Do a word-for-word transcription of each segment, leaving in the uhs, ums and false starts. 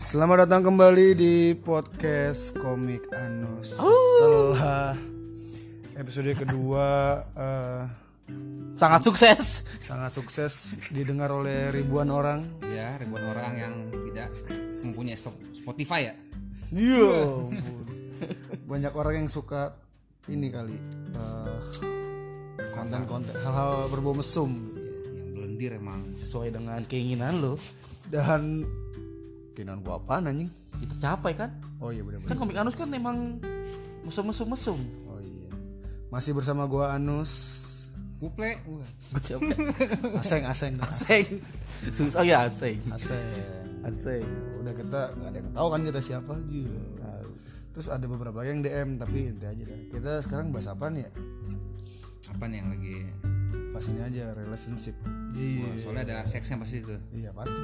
Selamat datang kembali di podcast Komik Anus. Setelah episode kedua uh, sangat sukses, sangat sukses didengar oleh ribuan orang. ya ribuan orang yang tidak mempunyai Spotify ya. Iya, banyak orang yang suka ini kali uh, konten-konten hal-hal berbau mesum Yang belendir emang. Sesuai dengan keinginan lo. dan keinginan gua apaan anjing? Kita capai kan. Oh iya benar-benar. Kan Komik Anus kan emang mesum-mesum-mesum. Oh iya. Masih bersama gua Anus. Kuple. Siapa? Aseng, aseng, Aseng. Susah ya Aseng. aseng. Aseng. Udah kita nggak ada yang tahu kan kita siapa gitu. Terus ada beberapa yang D M tapi nanti aja dah. Kita sekarang bahas apa nih ya? Apa nih yang lagi? Pas ini aja relationship. Wah, soalnya ada seksnya pasti itu. Iya pasti.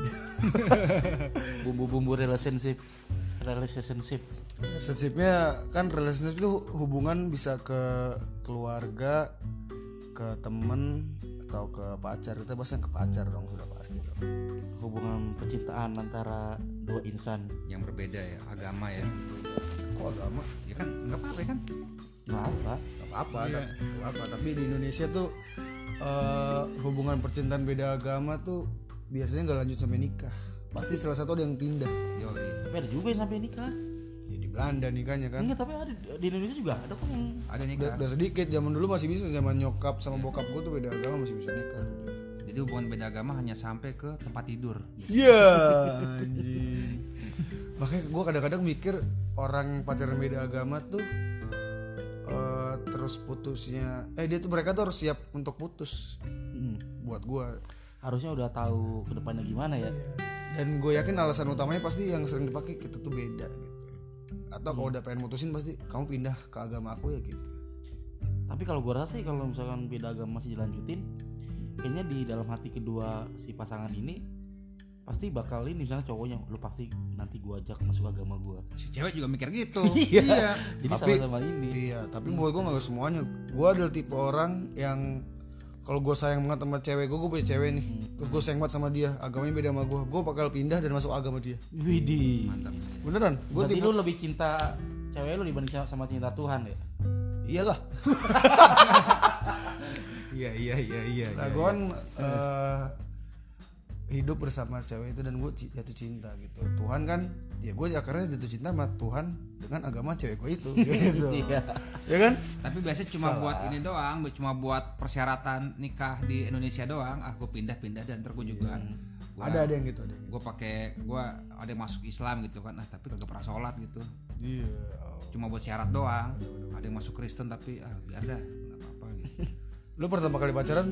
Bumbu-bumbu relationship. Relationship. Relationshipnya kan relationship itu hubungan bisa ke keluarga, ke temen atau ke pacar. Kita bahasnya ke pacar dong sudah pasti. Hubungan percintaan antara dua insan. Yang berbeda ya, agama ya. Kok agama? Ya kan nggak apa-apa ya kan? Nggak apa? Gak apa-apa, Iya. gak apa. Tapi di Indonesia tuh uh, hubungan percintaan beda agama tuh biasanya nggak lanjut sampai nikah. Pasti salah satu ada yang pindah. Yoi. Tapi ada juga yang sampai nikah. Ya di Belanda nikahnya kan. Enggak, tapi ada di Indonesia juga ada kok yang Ada Udah, nikah. udah sedikit, zaman dulu masih bisa, zaman nyokap sama bokap gue tuh beda agama masih bisa nikah. Jadi hubungan beda agama hanya sampai ke tempat tidur. Iya, anjing. Makanya gue kadang-kadang mikir orang pacaran beda agama tuh uh, terus putusnya, eh dia tuh mereka tuh harus siap untuk putus. hmm, Buat gue. harusnya udah tahu ke depannya gimana ya. Dan gue yakin alasan utamanya pasti yang sering dipakai kita tuh beda gitu. Atau kalau udah pengen mutusin pasti kamu pindah ke agama aku ya gitu. Tapi kalau gue rasa sih kalau misalkan beda agama masih dilanjutin, kayaknya di dalam hati kedua si pasangan ini pasti bakal ini, misalnya cowoknya lu pasti nanti gue ajak masuk agama gue. Si cewek juga mikir gitu. Iya. Jadi Tapi- sama-sama ini. Iya, tapi buat gue gak semuanya. Gue adalah tipe orang yang kalau gue sayang banget sama cewek gue, gue punya cewek nih. Terus gue sayang banget sama dia, agamanya beda sama gue, gue bakal pindah dan masuk agama dia. Widih. Mantap. Beneran? Gue Berarti tipe lu lebih cinta cewek lu dibanding sama cinta Tuhan ya? iyalah. Iya iya iya iya. Nah, gue kan eh, hidup bersama cewek itu dan gue jatuh cinta gitu. Tuhan kan, ya gue akhirnya jatuh cinta sama Tuhan dengan agama cewek gue itu, gitu. Iya. Ya kan? Tapi biasanya cuma Salah. buat ini doang, cuma buat persyaratan nikah di Indonesia doang. Aku pindah-pindah dan ntar gue juga. Gua, Ada ada yang gitu, ada yang gitu. gue pakai gue ada yang masuk Islam gitu kan, ah tapi kagak pernah sholat gitu, Iya. cuma buat syarat doang. Ada yang masuk Kristen tapi ah biar dah nggak apa-apa gitu. Lu pertama kali pacaran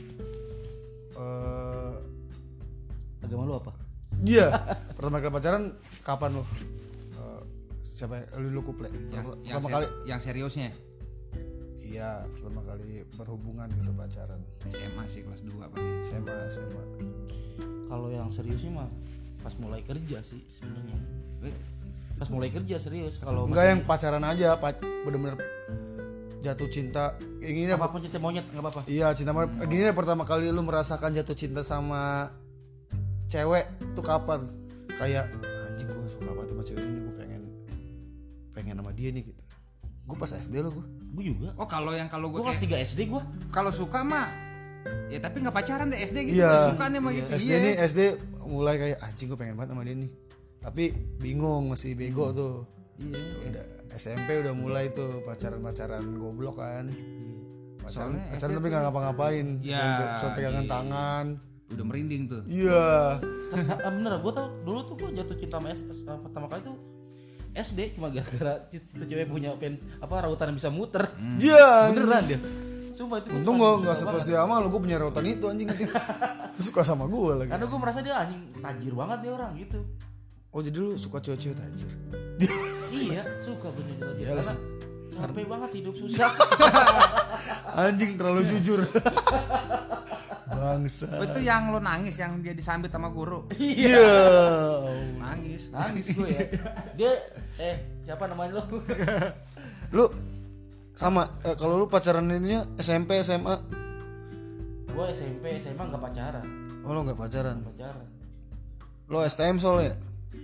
eh Agama lu apa? Iya, pertama kali pacaran kapan lo? Uh, siapa yang lu, lu kuple? yang, Pertama, yang, pertama ser- kali? yang seriusnya Iya, pertama kali berhubungan gitu pacaran. S M A sih kelas dua paling. S M A, S M A. Kalau yang seriusnya mah pas mulai kerja sih sebenarnya. Eh, Pas mulai kerja serius. Kalau Enggak yang pacaran aja, pac- bener-bener jatuh cinta. Ini apa pun cinta monyet nggak apa-apa. Iya, cinta monyet. Gini deh, pertama kali lu merasakan jatuh cinta sama cewek tuh kapan? Kayak anjing gue suka banget sama cewek ini, gue pengen pengen sama dia nih gitu. Gue pas S D lo gue. Gue juga. oh kalau yang kalau gue Gue kelas tiga S D gue. kalau suka mah ya tapi nggak pacaran deh S D gitu. Iya. Suka nih mah gitu. S D Iya. nih, S D mulai kayak anjing gue pengen banget sama dia nih. Tapi bingung, masih bego tuh. Iya. Udah S M P udah mulai tuh pacaran-pacaran goblok kan. Pacaran, Soalnya pacaran S D tapi nggak ngapa-ngapain. Ya, Cuma- Cuma pegangan iya. tangan. Udah merinding tuh. Iya. Tapi ah, bener, gue tau dulu tuh gue jatuh cinta sama S, S- ah, pertama kali tuh S D cuma gara-gara itu cewek punya pen apa rautan yang bisa muter. Iya. Beneran dia. Sumpah itu. Untung gua gue nggak suka stres banget. dia sama lu, gue punya rautan itu anjing anjing. Suka sama gue lagi. Karena gue merasa dia anjing tajir banget dia orang gitu. Oh jadi lu suka cewek-cewek tajir? Iya, suka bener gitu. Iya, Karena langsung. capek banget hidup susah. Anjing terlalu jujur. Bangsa. Oh, itu yang lo nangis yang dia disambit sama guru. Iya. Nangis. Nangis gue ya. Dia eh siapa namanya lo? Lu sama eh, kalau lu pacaran ininya S M P, S M A? Gue S M P, S M A nggak pacaran. Oh lo nggak pacaran? Pacaran. Lo S T M soalnya?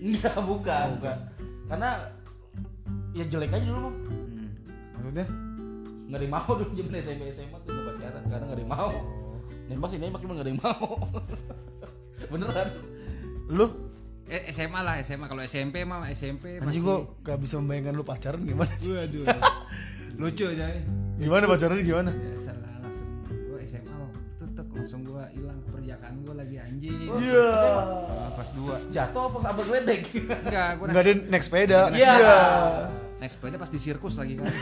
Enggak, bukan, bukan. Karena ya jelek aja dulu mah. Hmm. Maksudnya? Nggak ada yang mau dulu zaman S M P S M A tuh nggak pacaran karena nggak ada yang mau. Nembak sih nembak cuma nggak ada yang mau. Beneran. Lu? Eh, S M A lah, S M A. Kalau S M P mah S M P Anjing gua gak bisa membayangkan lu pacaran gimana. Waduh. Lucu aja. Gimana pacarannya gimana? Biasa lah, langsung gua S M A tutup langsung gua hilang perjakaan gua lagi anjing. Iya. Pas dua. Jatuh apa abang geledek? Enggak, gua Enggak ada naik sepeda. Iya. naik sepeda pas di sirkus lagi kan.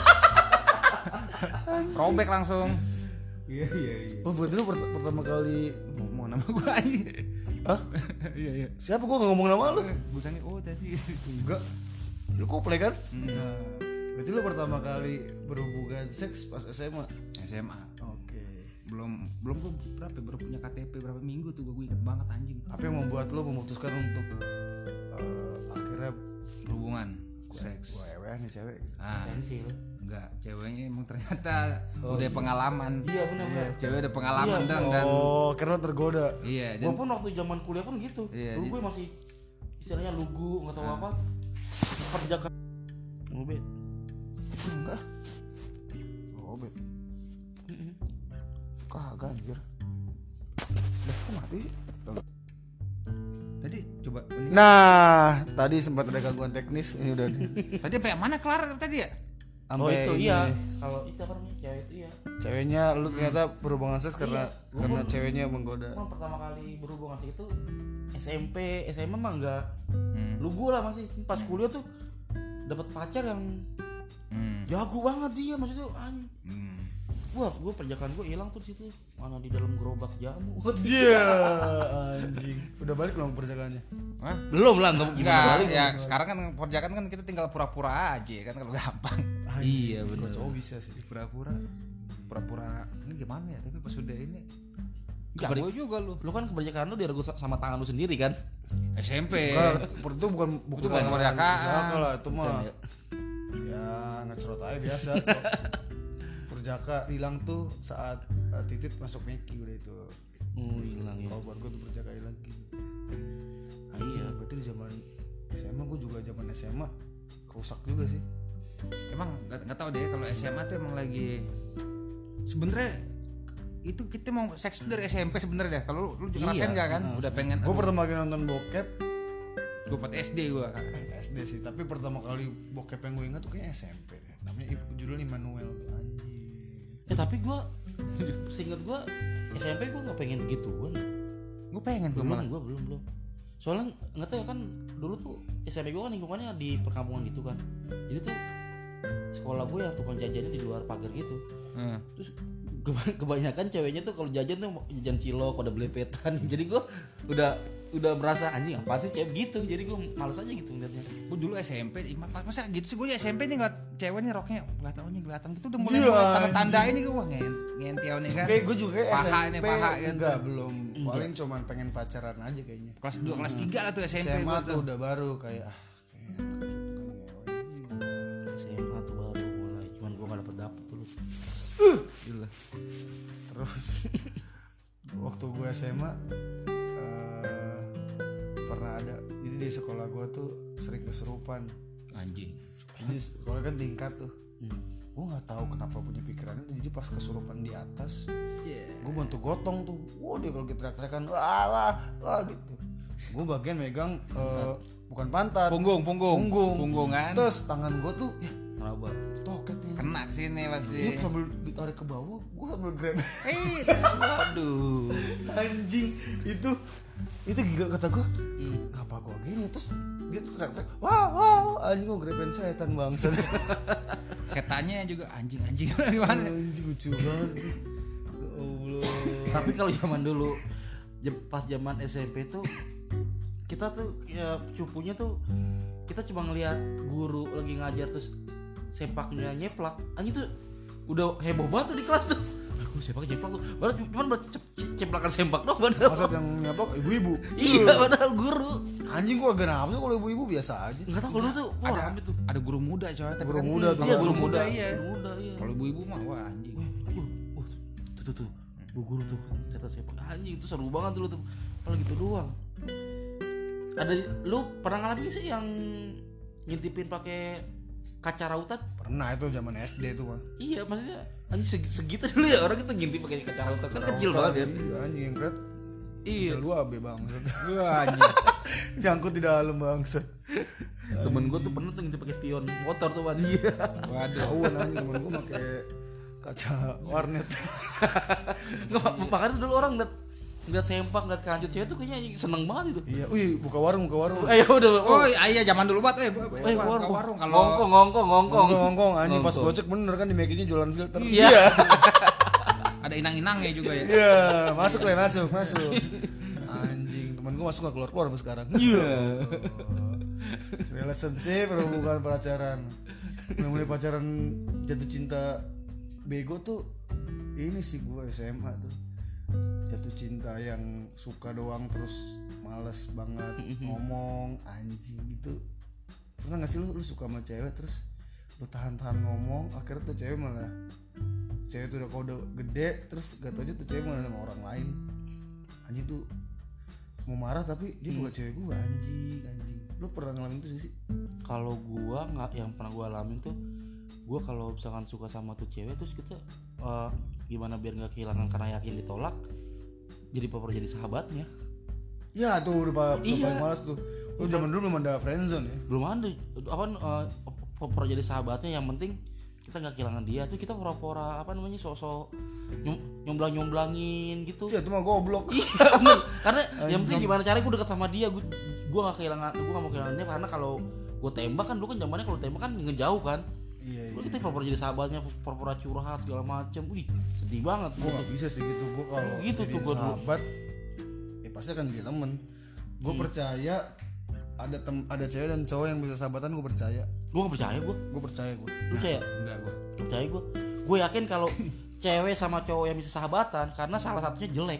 Robek langsung. Iya iya iya. Oh, berarti lu pert- pertama kali Ngomong nama gua anjing. Hah? Iya iya. Siapa gua gak ngomong nama lu? Gua tanya oh tadi. Enggak. Lu koplek kan? Nah, berarti lu pertama kali berhubungan seks pas S M A. S M A. Oke. Belum belum gua berapa baru punya K T P berapa minggu tuh gua inget banget anjing. Apa yang membuat lu memutuskan untuk eh, akhirnya Berhubungan seks. gua ewe nih cewek. Ah, Pensil. enggak, ceweknya emang ternyata udah pengalaman. Iya benar benar. Cewek udah pengalaman Iya, dan dan Oh, karena tergoda. iya Gue dan pun waktu zaman kuliah pun gitu. Iya, Dulu jadi- gue masih istilahnya lugu nggak tahu apa. Perjaka. Ngobet. Enggak. Oh, bet. Kagak anjir. Lah, kok mati sih? tadi coba ini Nah, tadi sempat ada gangguan teknis, ini udah tadi sampai mana kelar tadi ya? Oh sampai itu ini. iya. Kalau itu apa namanya cewek itu iya. Ceweknya lu ternyata berhubungan seks karena Iya. karena Gua- ceweknya menggoda. Emang pertama kali berhubungan seks itu S M P, S M A mah enggak Hmm. lugu lah masih. Pas kuliah tuh dapat pacar yang Hmm. jago banget dia maksudnya anjing. Hmm. Wah, gue perjakaan gue hilang tuh di situ. Mana di dalam gerobak jamu. Iya, anjing. Udah balik belum perjakaannya? Hah? Belum lah, enggak gimana Enggak, balik. ya sekarang kan perjakan kan kita tinggal pura-pura aja kan kalau gampang. Iya, Kalau bener. cowok bisa sih. Pura-pura. Pura-pura ini gimana ya? Tapi pas udah ini Kebalik- jago juga lu. Lu kan keperjakaan lu diregut sama tangan lu sendiri kan? S M P. Enggak, itu bukan bukan bukan perjakaan. perjaka lah, itu mah. Bukan ya? Ya, ngecerot aja biasa. Perjaka hilang tuh saat uh, titit masuk Meki udah itu. Oh, hilang ya. Kalau buat gue tuh perjaka hilang gitu. Ah, iya. Berarti di zaman S M A gue juga zaman S M A rusak juga sih. Emang nggak nggak tahu deh kalau S M A tuh emang lagi sebenarnya itu kita mau seks dari S M P sebenarnya. Kalau lu juga Iya. ngerasain nggak kan? Heeh. Udah pengen. Gue pertama kali nonton bokep Gue pas S D gue kan. S D sih, tapi pertama kali bokep yang gue ingat tuh kayaknya S M P deh. Namanya judulnya Immanuel tuh anjing. Ya tapi gue seinget gue S M P gue nggak pengen begituan. Gue pengen gue Belum, malah. gue belum belum. Soalnya nggak tahu ya kan dulu tuh S M P gue kan lingkungannya di perkampungan gitu kan. Jadi tuh sekolah gue yang tukang jajannya di luar pagar gitu. Heeh. Terus keba- kebanyakan ceweknya tuh kalau jajan tuh jajan cilok pada belepetan. Jadi gue udah udah merasa anjing apa sih cewek gitu. Jadi gue males aja gitu ngeliatnya. Gue dulu S M P, masa gitu sih gue S M P nih ngeliat ceweknya roknya nggak tahu nih kelihatan gitu udah mulai Iya, mulai tanda-tanda ini gue wah ngen ngentiau nih kan. Kayak gue juga kayak Paha S M P ini, paha gitu. enggak belum. Paling cuman pengen pacaran aja kayaknya. Kelas dua, kelas tiga lah tuh S M P S M A gua tuh udah baru kayak ah kayak S M A tuh baru mulai. Cuman gue gak dapet dapet dulu. Gila. terus waktu gue S M A eh, pernah ada jadi di sekolah gue tuh sering kesurupan Anjing. jadi sekolah kan tingkat tuh gue nggak tahu kenapa punya pikiran itu jadi pas kesurupan di atas gue bantu gotong tuh wah dia kalau kita teriak-teriakan wah wah wah gitu gue bagian megang eh, bukan pantat Punggung, punggung. punggung Punggungan. terus tangan gue tuh ya Kenapa? toket nih Kena sini pasti. Iya, sambil ditarik ke bawah gue sambil grab Eh, Aduh. anjing itu itu gila kata gue ngapa gue gini terus dia tuh teriak-teriak wah wah anjing gue grepen setan bangsa setannya juga anjing-anjing gimana? anjing lucu banget itu. Ya Allah Tapi kalau zaman dulu jem- pas zaman S M P tuh kita tuh ya cupunya tuh kita cuma ngelihat guru lagi ngajar terus sempaknya nyeplak anjing tuh udah heboh banget tuh di kelas tuh aku sempaknya nyeplak tuh padahal cuman buat cep- cep- ceplakan sempak doang padahal maksud yang nyaplok ibu-ibu iya padahal guru anjing gue agak nafsu kalau ibu-ibu biasa aja nggak tahu kalau tuh wah Ada rame tuh ada guru muda coy, tapi Guru kan- muda tuh. Kalau iya guru muda iya. guru muda iya Kalau ibu-ibu mah wah anjing. wah wah, wah tuh tuh tuh bu guru tuh ternyata sepak anjing itu seru banget dulu tuh apalagi gitu doang ada lu pernah ngalamin sih yang ngintipin pakai kaca rautan? Pernah, itu zaman S D tuh mah. Iya, maksudnya anjing seg- segitu dulu ya orang itu ngintip pakai kaca rautan kan kecil banget ya. Iya, anjing yang keren. Iya. Bisa dua B bangsat. Wah, anjing. Nyangkut di dalam bangsat. Temen gue tuh pernah tuh ngintip pakai spion motor tuh kan dia. Waduh. Tahuan anjing temen gue pakai kaca warnet. Nggak, makanya tuh dulu orang ngeliat ngeliat sempak, ngeliat kancut cewek tuh kayaknya anjing seneng banget itu. Iya, wih buka warung, buka warung. Eh udah. Oh iya zaman dulu banget eh bu- bu- Eh, buka warung. warung kalau ngongkong ngongkong ngongkong. Ngongkong anjing pas Ngongkong. gue cek bener kan di Mekinya jualan filter. Iya. ada inang-inangnya juga ya. Iya, masuk lah, masuk, masuk. Anjing, temen gue masuk gak keluar keluar sampai sekarang. Iya. Relationship, bukan pacaran. Mulai pacaran jatuh cinta bego tuh ini sih gue S M A tuh. Jatuh cinta yang suka doang terus males banget ngomong anjing gitu. Pernah gak sih lu, lu suka sama cewek terus lu tahan-tahan ngomong, akhirnya tuh cewek malah cewek tuh udah kode gede terus gak tau aja tuh cewek malah sama orang lain. Anjing tuh mau marah tapi dia bukan cewek gue, anjing anjing. Lu pernah ngalamin itu sih? Kalau gua nggak, yang pernah gua alamin tuh, gua kalau misalkan suka sama tuh cewek terus kita uh, gimana biar nggak kehilangan karena yakin ditolak, jadi pura jadi sahabatnya. Ya tuh udah, pa- udah Iya. paling males tuh. Lu zaman dulu belum ada friendzone ya? Belum ada apa uh, pura jadi sahabatnya, yang penting kita nggak kehilangan dia tuh, kita pura-pura apa namanya sosok nyom, nyomblang nyomblangin gitu. Iya, itu mah goblok. Iya bener. Karena yang penting gimana caranya gue deket sama dia, gue gue nggak kehilangan, gue nggak mau kehilangan dia, karena kalau gue tembak kan dulu kan zamannya kalau tembak kan ngejauh kan. Iya, iya. Udah kita pura-pura jadi sahabatnya, pura-pura curhat segala macem. Wih sedih banget. Gue gak bisa sih gitu. Gue kalau Gitu jadi tuh gua dulu. sahabat ya pasti akan jadi temen. Gue Hmm. percaya ada tem ada cewek dan cowok yang bisa sahabatan. Gue percaya. Gue nggak percaya gue. Gue percaya gue. Lu percaya? Enggak gua. Percaya gue. Gue yakin kalau cewek sama cowok yang bisa sahabatan karena salah satunya jelek.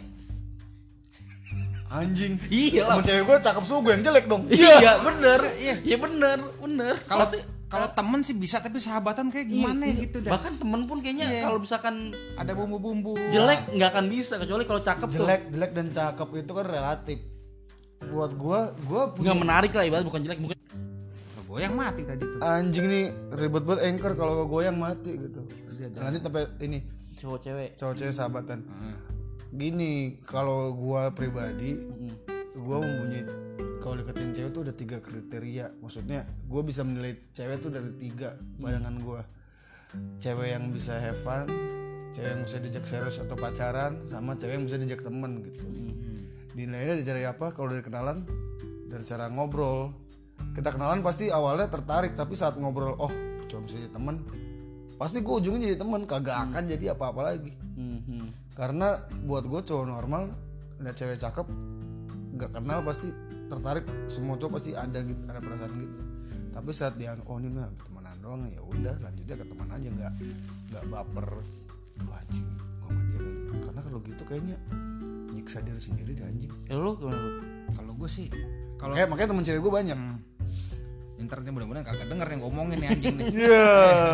Anjing. Iya Temen cewek gue cakep sugu, yang jelek dong. Iya bener. Iya bener bener. Kalau Berarti- kalau temen sih bisa tapi sahabatan kayak gimana iya, ya gitu dah. Bahkan temen pun kayaknya Iya. kalau misalkan Ada bumbu-bumbu. jelek nggak akan bisa, kecuali kalau cakep tuh. Jelek, jelek dan cakep itu kan relatif. Buat gue, gue punya Nggak menarik lah ibarat, bukan jelek mungkin. Gue yang mati tadi tuh. anjing nih ribet banget anchor kalau goyang mati gitu. Pasti ada. Nanti sampai ini Cowok cewek. cowok-cewek sahabatan. Heeh. Gini, kalau gua pribadi, gua mempunyai, kalau deketin cewek tuh ada tiga kriteria. Maksudnya gua bisa menilai cewek tuh dari tiga bayangan gua. Cewek yang bisa have fun, cewek yang bisa diajak serius atau pacaran, sama cewek yang bisa diajak temen gitu. Dinilainya dari cara apa? Kalau dari kenalan, dari cara ngobrol. Kita kenalan pasti awalnya tertarik, tapi saat ngobrol, oh cuma bisa jadi temen, pasti gue ujungnya jadi temen, kagak akan jadi apa-apa lagi. Mhm. Karena buat gue cowok normal, ada cewek cakep, nggak kenal pasti tertarik, semua cowok pasti ada gitu, ada perasaan gitu. Tapi saat dia, oh ini mah temenan doang, ya udah lanjutnya ke teman aja, nggak nggak baper, "Wah, anjing, gue sama dia kali ya." Karena kalau gitu kayaknya nyiksa diri sendiri deh anjing. Ya lu gimana lu? Kalau gue sih kalau Kayak makanya temen cewek gue banyak. internetnya mudah-mudahan kagak denger yang ngomongin nih anjing nih. Iya.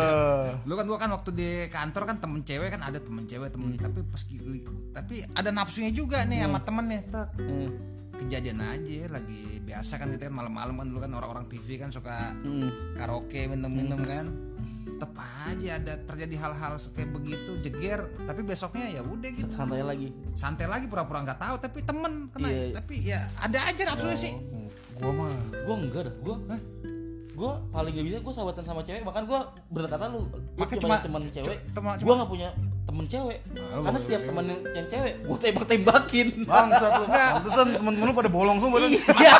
Lu kan gua kan waktu di kantor kan temen cewek kan ada temen cewek temen tapi pas gili- tapi ada nafsunya juga nih sama temennya tek. Kejadian aja lagi biasa kan kita kan malam-malam kan dulu kan orang-orang T V kan suka karaoke minum-minum kan. Tetep aja ada terjadi hal-hal kayak begitu jeger tapi besoknya ya udah gitu Santai lagi. santai lagi pura-pura nggak tahu tapi temen kena Iya. tapi ya ada aja nafsunya sih. Gue mah Gue enggak dah, gue gue paling gak bisa gue sahabatan sama cewek, bahkan gue berkata lu lu Makanya coba cuma- teman cewek, cu- cuma- gue cuma- gak punya temen cewek, lu karena gak setiap punya temen yang, yang cewek gue tembak-tembakin. bangsat lu. Pantesan temen-temen lu pada bolong semua lu. Iya.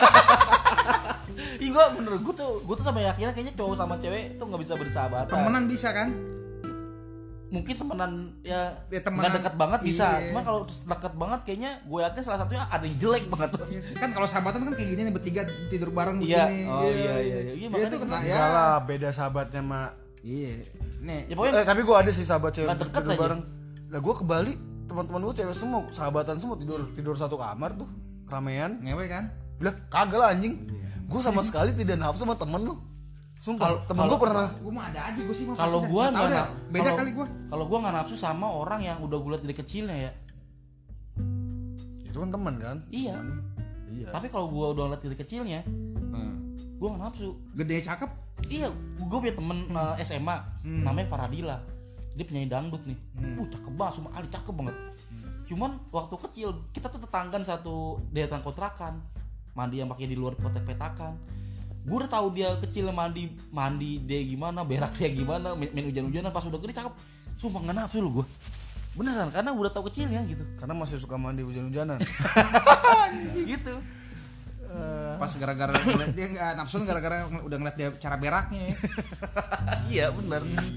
Ih gue bener, gue tuh gue tuh sampai akhirnya kayaknya cowok sama cewek tuh nggak bisa bersahabatan. Temenan bisa kan? Mungkin temenan ya, Ya, temenan. nggak dekat banget bisa, Iya. cuma kalau dekat banget kayaknya gue yakin salah satunya ada yang jelek banget. Kan kalau sahabatan kan kayak gini nih bertiga tidur bareng Iya. begini. Oh iya iya iya. Iya Ya, makanya itu kena gua- ya. Enggak lah, beda sahabatnya mak. Iya. Nih, Ya pokoknya Eh tapi gue ada sih sahabat cewek Nggak deket tidur aja. bareng. Lah gue ke Bali, teman-teman gue cewek semua, sahabatan semua tidur tidur satu kamar tuh, ramean. ngewe kan? Lah kagak lah anjing. Gue sama sekali tidak nafsu sama temen lu. Sumpah, Kalau- temen gue kalau- pernah. Gua mah ada aja gua sih mah. kalau pasti gue dah. Nggak tahu nggak dah. na- beda kalau- kali gua. Kalau gue nggak nafsu sama orang yang udah gue liat dari kecilnya ya. Itu kan teman kan? Iya. Temen. Iya. Tapi kalau gue udah ngeliat dari kecilnya, Hmm. gue nggak nafsu. Gede cakep. Iya, gue punya temen uh, S M A, Hmm. namanya Faradila. Dia penyanyi dangdut nih. Uh, cakep banget, semua kali cakep banget. Cuman waktu kecil kita tuh tetanggan satu deretan kontrakan, mandi yang pakai di luar petak-petakan. Gue udah tahu dia kecil mandi mandi dia gimana, berak dia gimana, main, main hujan-hujanan, pas udah gede cakep. Sumpah nggak nafsu lu gue. Beneran, karena udah tahu kecilnya gitu. Karena masih suka mandi hujan-hujanan. Gitu. Pas gara-gara ngeliat dia nggak nafsu gara-gara ng- udah ngeliat dia cara beraknya. Ya. Iya bener.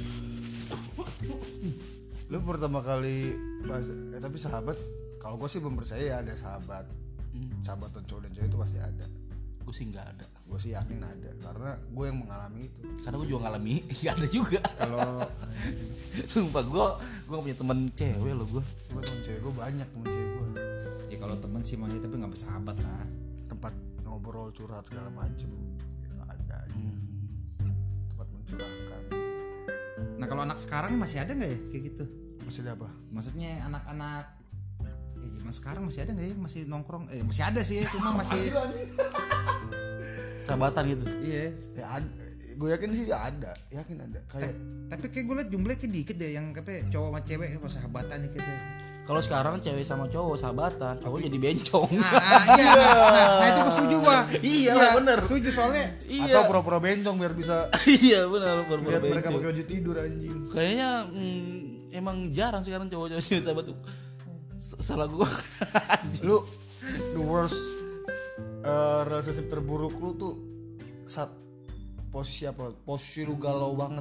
Lu pertama kali pas eh, tapi sahabat, kalau gue sih belum percaya ya ada sahabat. Sahabat dan cowok dan cewek itu pasti ada. Gue sih nggak ada. Gue sih yakin ada karena gue yang mengalami itu. Karena gue juga ngalami, nggak ada juga. Kalau Sumpah gue, gue punya temen cewek loh gue. gue temen cewek gue banyak temen cewek gue. Ya kalau teman sih mah tapi nggak bersahabat lah. Tempat ngobrol curhat segala macem gitu ada aja. Tempat mencurahkan. Nah kalau anak sekarang masih ada nggak ya kayak gitu? Masih ada apa? Maksudnya anak-anak ya zaman sekarang masih ada nggak ya masih nongkrong? Eh masih ada sih, cuma masih Sahabatan gitu. iya. Ya ada. Gue yakin sih ada, yakin ada. Kayak Tapi kayak gue liat jumlahnya kayak dikit deh yang kayak cowok sama cewek apa sahabatan nih kita. Kalau sekarang cewek sama cowok sahabatan, cowok jadi bencong. Nah, iya, nah, nah, nah itu gue setuju gua. Iya, bener. Setuju soalnya. Iya. atau pura-pura bencong biar bisa Iya benar, lihat benar mereka pakai baju tidur anjing. Kayaknya mm, emang jarang sekarang cowok-cowok cewek sahabat tuh. S- Salah gua. Lu the worst uh, relationship terburuk lu tuh saat posisi apa? Posisi lu galau banget.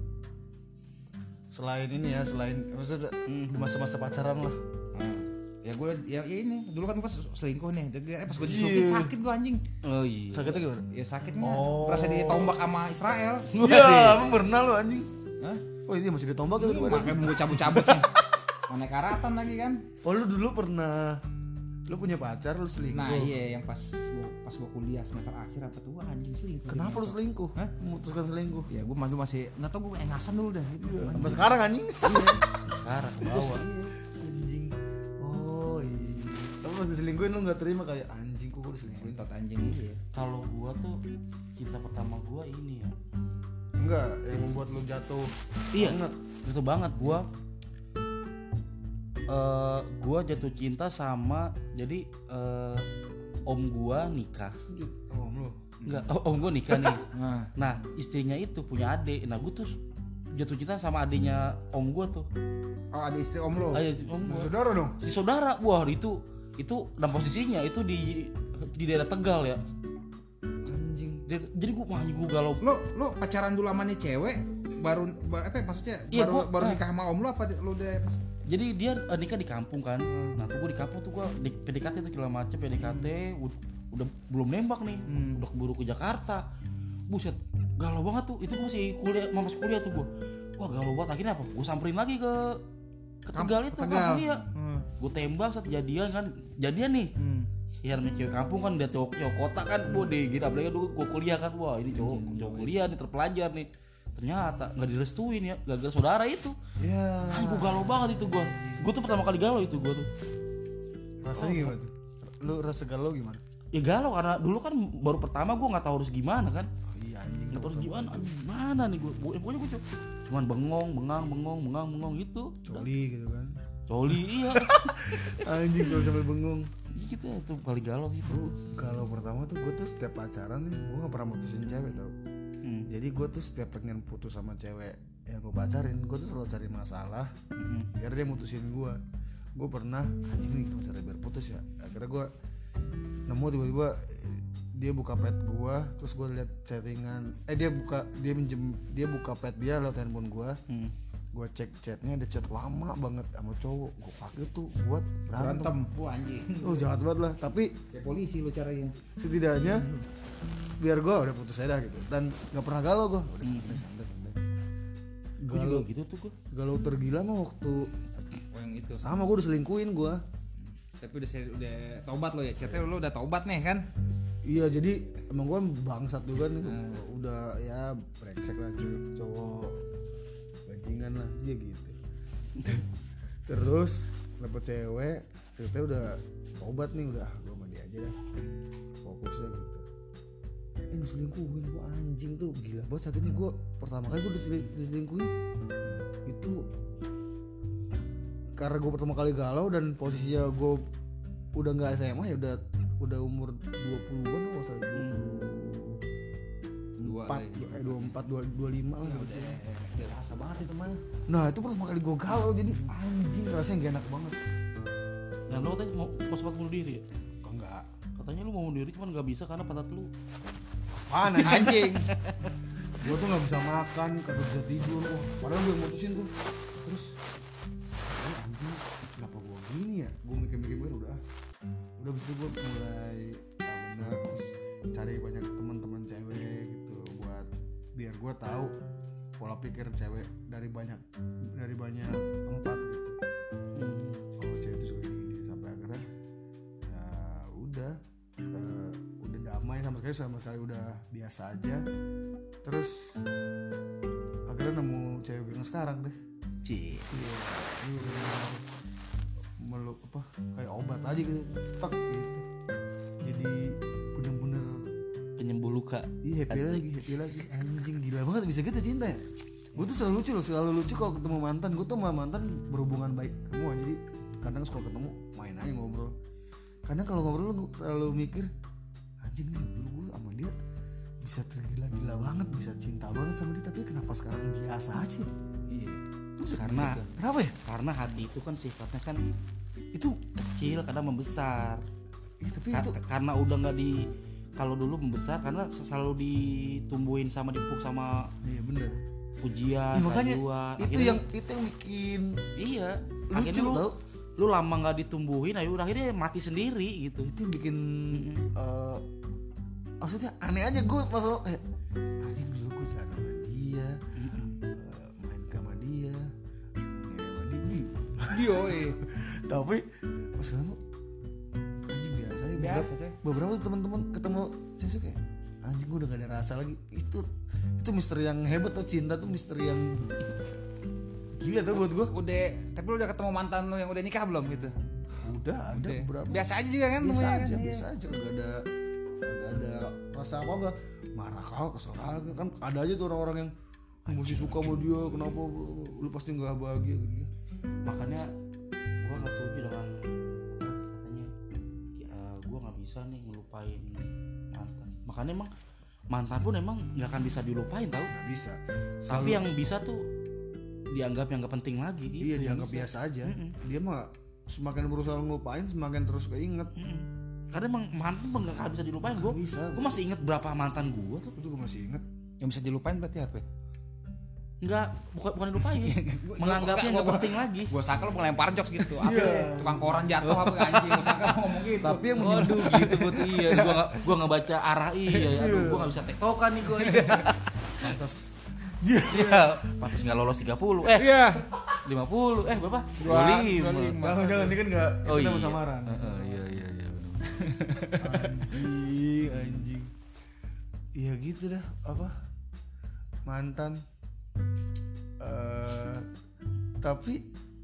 Selain ini ya, selain maksudnya di masa-masa pacaran lah. Ya gue ya, ya ini dulu kan gue selingkuh nih. Jadi, eh, pas gue disuapin sakit gue anjing. Oh iya. Sakitnya gimana? Ya sakitnya Oh. berasa ditombak sama Israel. Iya, emang pernah lu anjing. Hah? Oh ini masih ditombak gitu kemarin. Makanya mau cabut-cabut nih. Mana karatan lagi kan? Oh lu dulu pernah lu punya pacar lu selingkuh. Nah iya yang pas gua, pas gue kuliah semester akhir apa tuh wah, anjing selingkuh. Kenapa lu Ternyata. selingkuh? Hah? Memutuskan selingkuh. Ya gue masih masih nggak tau gue engasan dulu dah gitu. Iya, Anjing. sampai sekarang anjing. Sekarang ke bawah. Anjing. Oh iya. Tapi pas diselingkuhin lu enggak terima kayak anjing kok gua diselingkuhin. Tot anjing iya. Kalau gua tuh cinta pertama gua ini ya. Enggak, yang membuat lu jatuh. Iya. Banget. Itu banget gua. eh gua jatuh cinta sama jadi eh, om gua nikah. Oh, lu. Enggak, om gua nikah nih. Nah, Nah, istrinya itu punya adik. Nah, gua tuh jatuh cinta sama adiknya om gua tuh. oh ada istri om lo. Ayo, om gua. Saudara dong. Si saudara, wah itu itu dan posisinya itu di di daerah Tegal ya. Anjing. Di- Jadi gua wah gua galau. Lo lo pacaran dulu sama nih cewek baru ba- apa ya, maksudnya Iya, baru gua- baru nah. nikah sama om lo apa di- lo udah pas Jadi dia eh, nikah di kampung kan. Nah, tuh gua di kampung tuh gua di P D K T tuh segala macem P D K T ud- udah belum nembak nih. Udah keburu ke Jakarta. Buset, galau banget tuh. Itu gua masih kuliah, mau masuk kuliah tuh gua. Wah, galau banget. Akhirnya apa? Gua samperin lagi ke ke Tegal itu, Tegal. kampung dia. Hmm. Gue tembak saat jadian kan. Jadian nih. Hmm. Ya namanya cewek kampung kan dia cowok, cowok kota kan. Wah, deh gitu apalagi dulu gua kuliah kan. Wah, ini cowok cowok kuliah nih terpelajar nih. Ternyata nggak direstuin ya, gara-gara saudara itu. Ya. Ah, gue galau banget itu gue. Gue tuh pertama kali galau itu gue tuh. Rasanya gimana tuh? Lu rasa galau gimana? Ya galau karena dulu kan baru pertama gue nggak tahu harus gimana kan. Oh iya anjing. Nggak tahu harus gimana. Aduh, gimana nih gue? Pokoknya gue cuman bengong, bengang, bengong, bengang, bengong gitu. Coli gitu kan. Coli iya. Anjing coli sampai bengong. Gitu ya itu kali galau gitu. Lu galau pertama tuh gue tuh setiap pacaran nih gue gak pernah mutusin cewek tau. Hmm. Jadi gue tuh setiap pengen putus sama cewek yang gue pacarin, gue tuh selalu cari masalah Mm-mm. biar dia mutusin gue. Gue pernah anjing nih gimana cara biar putus ya. Akhirnya gue nemu tiba-tiba dia buka pet gue, terus gue liat chattingan. Eh dia buka dia minjem dia buka pet dia lewat handphone gue. Hmm. Gue cek chatnya ada chat lama banget sama cowok. Gue pakai tuh buat berantem. berantem. Wah anjing. Oh jahat banget lah. Tapi Kayak polisi lo caranya. setidaknya biar gue udah putus aja dah gitu dan nggak pernah galau gue udah santai santai santai. Gue juga Galau gitu tuh gue. galau tergila mah waktu Oh yang itu. sama gue udah selingkuhin gue. Tapi udah udah taubat lo ya. Chatnya lo udah taubat nih kan? Iya jadi emang gue bangsat juga nih. Udah ya brengsek lah cuy, cowok bajingan lah dia gitu. Terus dapet cewek ceritanya udah taubat nih udah gue sama dia aja dah fokusnya gitu. Eh diselingkuhin gue anjing tuh gila banget saat ini gue pertama kali gue diseling- diselingkuhin itu karena gue pertama kali galau dan posisinya gue udah nggak S M A ya udah udah umur dua puluhan kalau salah dua puluh empat eh dua puluh empat dua puluh lima lah udah dewasa banget itu mah. nah itu pertama kali gue galau jadi anjing rasanya gak enak banget. Dan lo katanya mau, mau sempat bunuh diri ya? Kok enggak Katanya lu mau bunuh diri cuman gak bisa karena pantat lu apaan anjing gue tuh gak bisa makan gak bisa tidur wah padahal gue mutusin tuh terus oh, anjing kenapa gue gini ya gue mikir-mikir udah udah abis itu gue mulai ah, bener terus cari banyak teman-teman cewek gitu buat biar gue tahu pola pikir cewek dari banyak dari banyak tempat gitu. hmm. Oh cewek itu suka gini sampai akhirnya ya udah uh, udah damai sama sekali sama sekali udah biasa aja terus akhirnya nemu cewek yang sekarang deh. Cih. Iya, iya. Meluk apa kayak obat aja gitu tak gitu jadi bener-bener Penyembuh luka. iya happy lagi happy lagi anjing gila banget bisa gitu cinta ya. Gue tuh selalu lucu loh selalu lucu kalau ketemu mantan. Gue tuh sama mantan berhubungan baik semua jadi kadang suka ketemu main aja ngobrol kadang kalau ngobrol lu selalu mikir anjing nih dulu gue sama dia bisa tergila-gila banget bisa cinta banget sama dia tapi kenapa sekarang biasa aja. Iya. Terus Karena kenapa ya karena hati itu kan sifatnya kan itu kecil kadang membesar. ya, tapi Ka- itu karena udah nggak di kalau dulu membesar karena selalu ditumbuhin sama dipuk sama iya bener pujian, ya, makanya keraguan. itu Akhirnya yang itu yang bikin iya lucu akhirnya lu, tau lu lama nggak ditumbuhin ayo akhirnya mati sendiri gitu. itu yang bikin uh, maksudnya aneh aja gue masalah kayak anjing dulu gue jalan sama dia uh, main sama dia ngewe sama dia Yo, tapi pas ketemu anjing biasa ya biasa beberapa, coy. beberapa tuh teman-teman ketemu saya kayak anjing gue udah gak ada rasa lagi itu itu misteri yang hebat tuh cinta tuh misteri yang gila tuh buat gue. Udah, tapi lu udah ketemu mantan lu yang udah nikah belum gitu? Udah ada Udah. beberapa Biasa aja juga kan biasa temunya aja kan? biasa aja gak ada gak ada rasa apa apa marah kau kesel kagak kan ada aja tuh orang-orang yang masih suka sama dia kenapa lu pasti nggak bahagia gitu. Makanya gua nggak setuju dengan katanya uh, gua nggak bisa nih ngelupain mantan. Makanya emang mantan pun emang nggak akan bisa dilupain tau. Nggak bisa. Tapi yang bisa tuh dianggap yang nggak penting lagi. Gitu, iya yang dianggap bisa. biasa aja. Mm-mm. Dia mah semakin berusaha ngelupain semakin terus keinget. Mm-mm. Karena emang mantan pun nggak akan bisa dilupain. Gua, Nggak bisa. gua masih inget berapa mantan gua tuh. Aku juga masih inget. Yang bisa dilupain berarti apa? Nggak, bukan bukan dilupain. Menganggapnya nggak penting lagi. Gua sangka lu ngelempar jokes gitu. Apa tukang koran jatuh apa anjing? Gua sangka lu ngomong gitu. Tapi yang Waduh gitu buat iya. Gua nggak gua nggak baca arah iya. Ya. Aduh, gua nggak bisa tektokan nih gua. pantas Iya, pantas nggak lolos tiga puluh. Eh, Iya. lima puluh. Eh, berapa? Dua- dua puluh lima. dua puluh lima. jangan-jangan ini kan nggak Oh kita iya. mau samaran. Heeh, iya iya iya benar. Anjing anjing. Iya gitu dah apa mantan. Eh tapi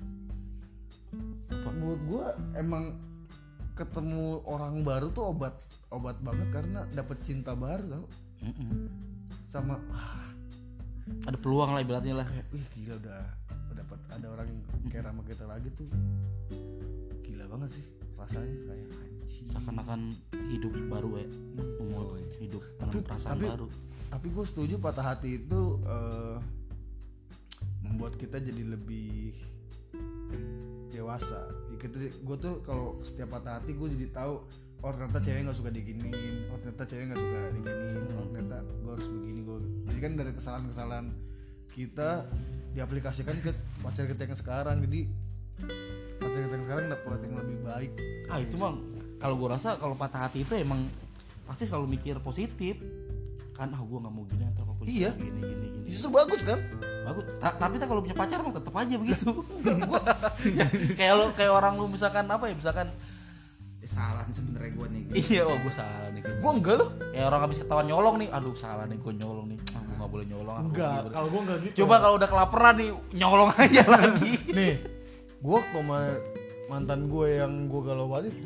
Apa? menurut gue emang ketemu orang baru tuh obat obat banget karena dapet cinta baru tau Mm-mm. sama wah, Ada peluang lah ibaratnya lah. kayak, wih gila udah dapat ada orang yang care sama kita lagi tuh gila banget sih rasanya kayak anjing. Seakan-akan hidup baru ya. Memulai hidup dengan Tapi- perasaan tapi- baru. Tapi gue setuju patah hati itu eh, membuat kita jadi lebih dewasa. Kita, gue tuh kalau setiap patah hati gue jadi tahu oh ternyata cewek nggak suka diginiin, oh ternyata cewek nggak suka diginiin, oh ternyata gue harus begini gue. Jadi kan dari kesalahan-kesalahan kita diaplikasikan ke pacar kita yang sekarang. Jadi pacar kita yang sekarang dapat yang lebih baik. Ah itu mah kalau gua rasa kalau patah hati itu emang pasti selalu mikir positif. Kan ah gua nggak mau gini atau apa Iya. gini gini gini. Justru bagus kan? Bagus. Ta- tapi tak kalau punya pacar mah tetap aja begitu. kayak lo kayak orang lu misalkan apa ya misalkan Salah nih sebenarnya gua nih. iya oh gua salah nih kayaknya. Gue enggak loh. Kayak orang habis ketahuan nyolong nih. Aduh salah nih gua nyolong nih. Ah gua nggak boleh nyolong. ah, gua Enggak, boleh. kalau gue enggak gitu. Coba kalau udah kelaparan nih nyolong aja lagi. Nih, gue waktu sama mantan gue yang gue galau banget itu,